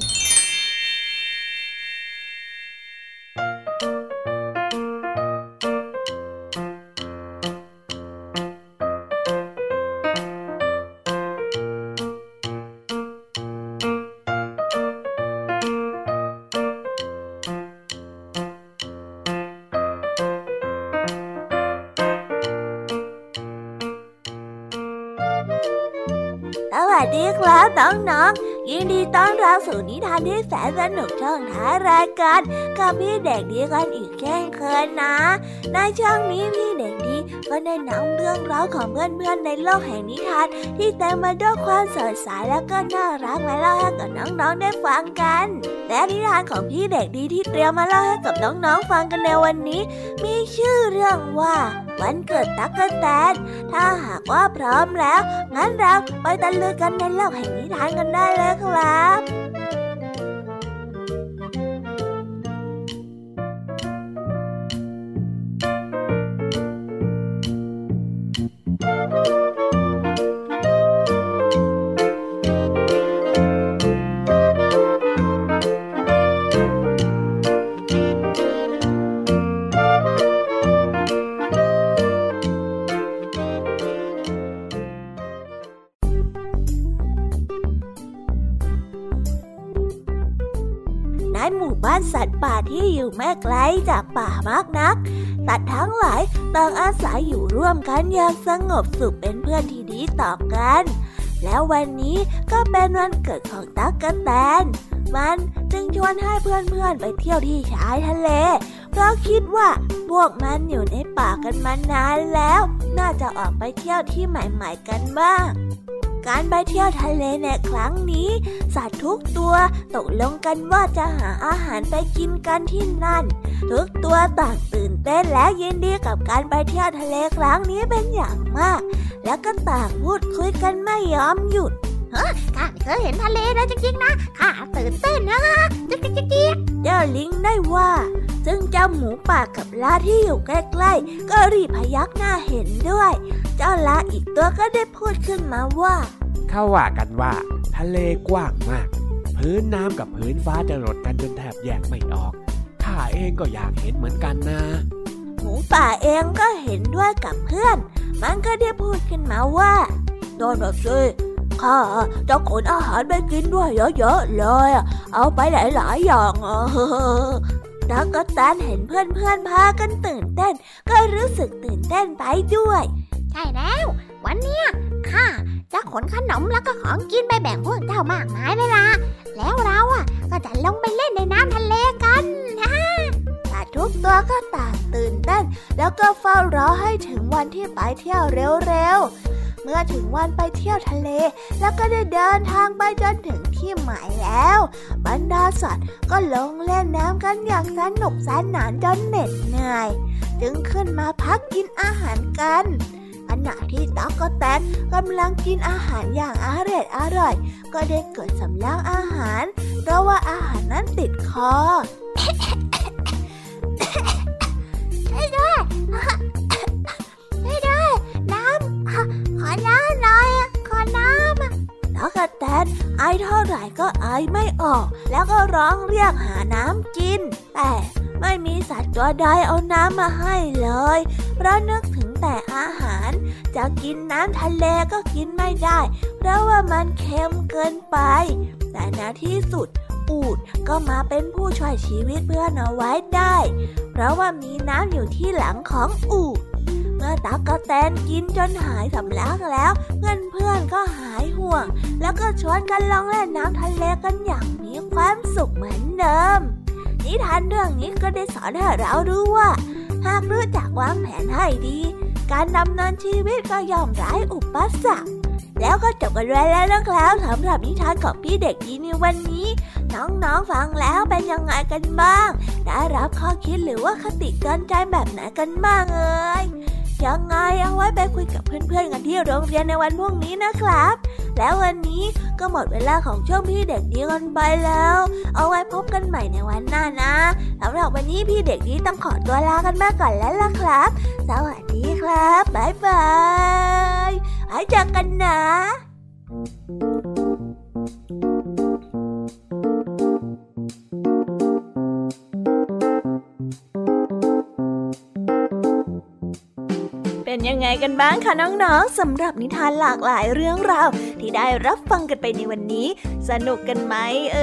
วัสดีครับน้องๆยินดีต้อนรับสู่นิทานที่แสนสนุกช่องท้ายรายการกับพี่เด็กดีกันอีกเช่นเคยนะในช่องนี้พี่เด็กดีก็ได้นำเรื่องราวของเพื่อนๆในโลกแห่งนิทานที่เต็มไปด้วยความสดใสและก็น่ารักมาเล่าให้กับน้องๆได้ฟังกันและนิทานของพี่เด็กดีที่เตรียมมาเล่าให้กับน้องๆฟังกันในวันนี้มีชื่อเรื่องว่าวันเกิดตั๊กแตนถ้าหากว่าพร้อมแล้วงั้นเราไปตะลุยกันในโลกแห่งนิทานกันได้เลยครับานสัตว์ป่าที่อยู่ไม่ไกลจากป่ามากนักสัตว์ทั้งหลายต่างอาศัยอยู่ร่วมกันอย่างสงบสุขเป็นเพื่อนที่ดีต่อกันแล้ววันนี้ก็เป็นวันเกิดของตั๊กแตนมันจึงชวนให้เพื่อนๆไปเที่ยวที่ชายทะเลเพราะคิดว่าพวกมันอยู่ในป่ากันมานานแล้วน่าจะออกไปเที่ยวที่ใหม่ๆกันบ้างการไปเที่ยวทะเลในครั้งนี้สัตว์ทุกตัวตกลงกันว่าจะหาอาหารไปกินกันที่นั่นทุกตัวต่างตื่นเต้นและยินดีกับการไปเที่ยวทะเลครั้งนี้เป็นอย่างมากและก็ต่างพูดคุยกันไม่ยอมหยุดข้าไม่เคยเห็นทะเลนะจริงๆนะข้าตื่นเต้นนะจิ๊กเจ้าลิงได้ว่าซึ่งเจ้าหมูป่ากับลาที่อยู่ใกล้ๆก็รีบพยักหน้าเห็นด้วยเจ้าลาอีกตัวก็ได้พูดขึ้นมาว่าเขาว่ากันว่าทะเลกว้างมากพื้นน้ำกับพื้นฟ้าจะหลดกันจนแทบแยกไม่ออกข้าเองก็อยากเห็นเหมือนกันนะหมูป่าเองก็เห็นด้วยกับเพื่อนมันก็ได้พูดขึ้นมาว่าโดนแบบสิข้าจะขนอาหารไปกินด้วยเยอะๆเลยเอาไปหลายๆอย่างตั๊กแตนเห็นเพื่อนๆพากันตื่นเต้นก็รู้สึกตื่นเต้นไปด้วยใช่แล้ววันเนี้ยข้าจะขนขนมแล้วก็ของกินไปแบ่งพวกเจ้ามากมายเลยล่ะแล้วเราก็จะลงไปเล่นในน้ำทะเลกันแต่ทุกตัวก็ต่างตื่นเต้นแล้วก็เฝ้ารอให้ถึงวันที่ไปเที่ยวเร็วๆเมื่อถึงวันไปเที่ยวทะเลแล้วก็ได้เดินทางไปจนถึงที่หมายแล้วบรรดาสัตว์ก็ลงเล่นน้ำกันอย่างสนุกสนานจนเหน็ดเหนื่อยจึงขึ้นมาพักกินอาหารกันขณะที่ตั๊กแตนกำลังกินอาหารอย่างอร่อยก็ได้เกิดสำลักอาหารเพราะว่าอาหารนั้นติดคอช่วยด้วยน้ำขอน้ำหน่อยขอน้ำตั๊กแตนไอเท่าไหร่ก็ไอไม่ออกแล้วก็ร้องเรียกหาน้ำกินแต่ไม่มีสัตว์ตัวใดเอาน้ำมาให้เลยเพราะนึกถึงแต่อาหารจะกินน้ำทะเลก็กินไม่ได้เพราะว่ามันเค็มเกินไปแต่ในที่สุดอูฐก็มาเป็นผู้ช่วยชีวิตเพื่อนเอาไว้ได้เพราะว่ามีน้ำอยู่ที่หลังของอูฐเมื่อตั๊กแตนกินจนหายสำลักแล้วเพื่อนๆก็หายห่วงแล้วก็ชวนกันลองเล่นน้ำทะเลกันอย่างมีความสุขเหมือนเดิมนิทานเรื่องนี้ก็ได้สอนให้เรารู้ว่าหากรู้จักวางแผนให้ดีการดำเนินชีวิตก็ย่อมไร้อุปสรรคแล้วก็จบกันแล้วนะครับสำหรับนิทานของพี่เด็กดีในวันนี้น้องๆฟังแล้วเป็นยังไงกันบ้างได้รับข้อคิดหรือว่าคติเตือนใจแบบไหนกันบ้างยังไงเอาไว้ไปคุยกับเพื่อนๆกันที่โรงเรียนในวันพรุ่งนี้นะครับแล้ววันนี้ก็หมดเวลาของช่วงพี่เด็กดีกันไปแล้วเอาไว้พบกันใหม่ในวันหน้านะสำหรับวันนี้พี่เด็กดีต้องขอตัวลากันมาก่อนแล้วล่ะครับสวัสดีครับบ๊ายบายไว้เจอกันนะเป็นยังไงกันบ้างคะน้องๆสำหรับนิทานหลากหลายเรื่องราวที่ได้รับฟังกันไปในวันนี้สนุกกันไหม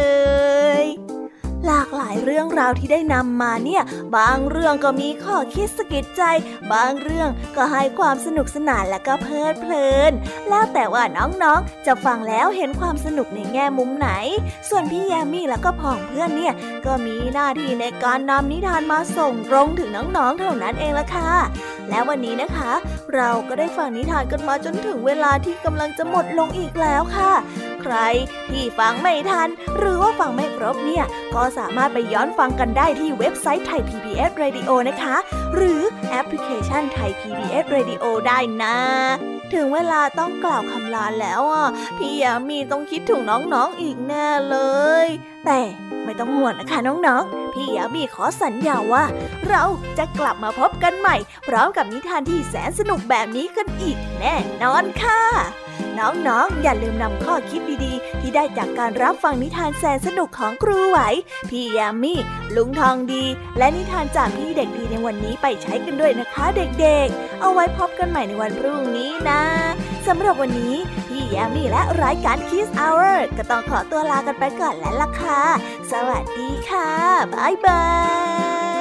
หลากหลายเรื่องราวที่ได้นำมาเนี่ยบางเรื่องก็มีข้อคิดสะกิดใจบางเรื่องก็ให้ความสนุกสนานและก็เพลิดเพลินแล้วแต่ว่าน้องๆจะฟังแล้วเห็นความสนุกในแง่มุมไหนส่วนพี่ยามีแล้วก็พ่องเพื่อนเนี่ยก็มีหน้าที่ในการนำนิทานมาส่งตรงถึงน้องๆเท่านั้นเองละค่ะและวันนี้นะคะเราก็ได้ฟังนิทานกันมาจนถึงเวลาที่กำลังจะหมดลงอีกแล้วค่ะใครที่ฟังไม่ทันหรือว่าฟังไม่ครบเนี่ยก็สามารถไปย้อนฟังกันได้ที่เว็บไซต์ Thai PBS Radio นะคะหรือแอปพลิเคชัน Thai PBS Radio ได้นะถึงเวลาต้องกล่าวคำลาแล้วพี่ยามีต้องคิดถึงน้องๆอีกแน่เลยแต่ไม่ต้องห่วงนะคะน้องๆพี่ยามีขอสัญญาว่าเราจะกลับมาพบกันใหม่พร้อมกับนิทานที่แสนสนุกแบบนี้กันอีกแน่นอนค่ะน้องๆอย่าลืมนำข้อคิดดีๆที่ได้จากการรับฟังนิทานแสนสนุกของครูไหวพี่ยามีลุงทองดีและนิทานจากพี่เด็กดีในวันนี้ไปใช้กันด้วยนะคะเด็กๆเอาไว้พบกันใหม่ในวันพรุ่งนี้นะสำหรับวันนี้พี่แยมมี่และรายการ Kids Hour ก็ต้องขอตัวลากันไปก่อนแล้วล่ะค่ะสวัสดีค่ะบ๊ายบาย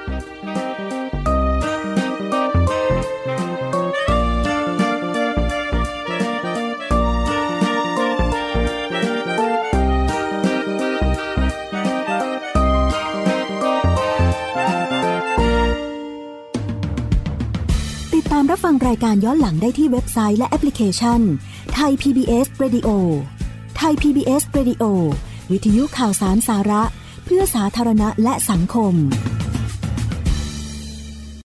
ตามรับฟังรายการย้อนหลังได้ที่เว็บไซต์และแอปพลิเคชัน Thai PBS Radio Thai PBS Radio วิทยุข่าวสารสาระเพื่อสาธารณะและสังคม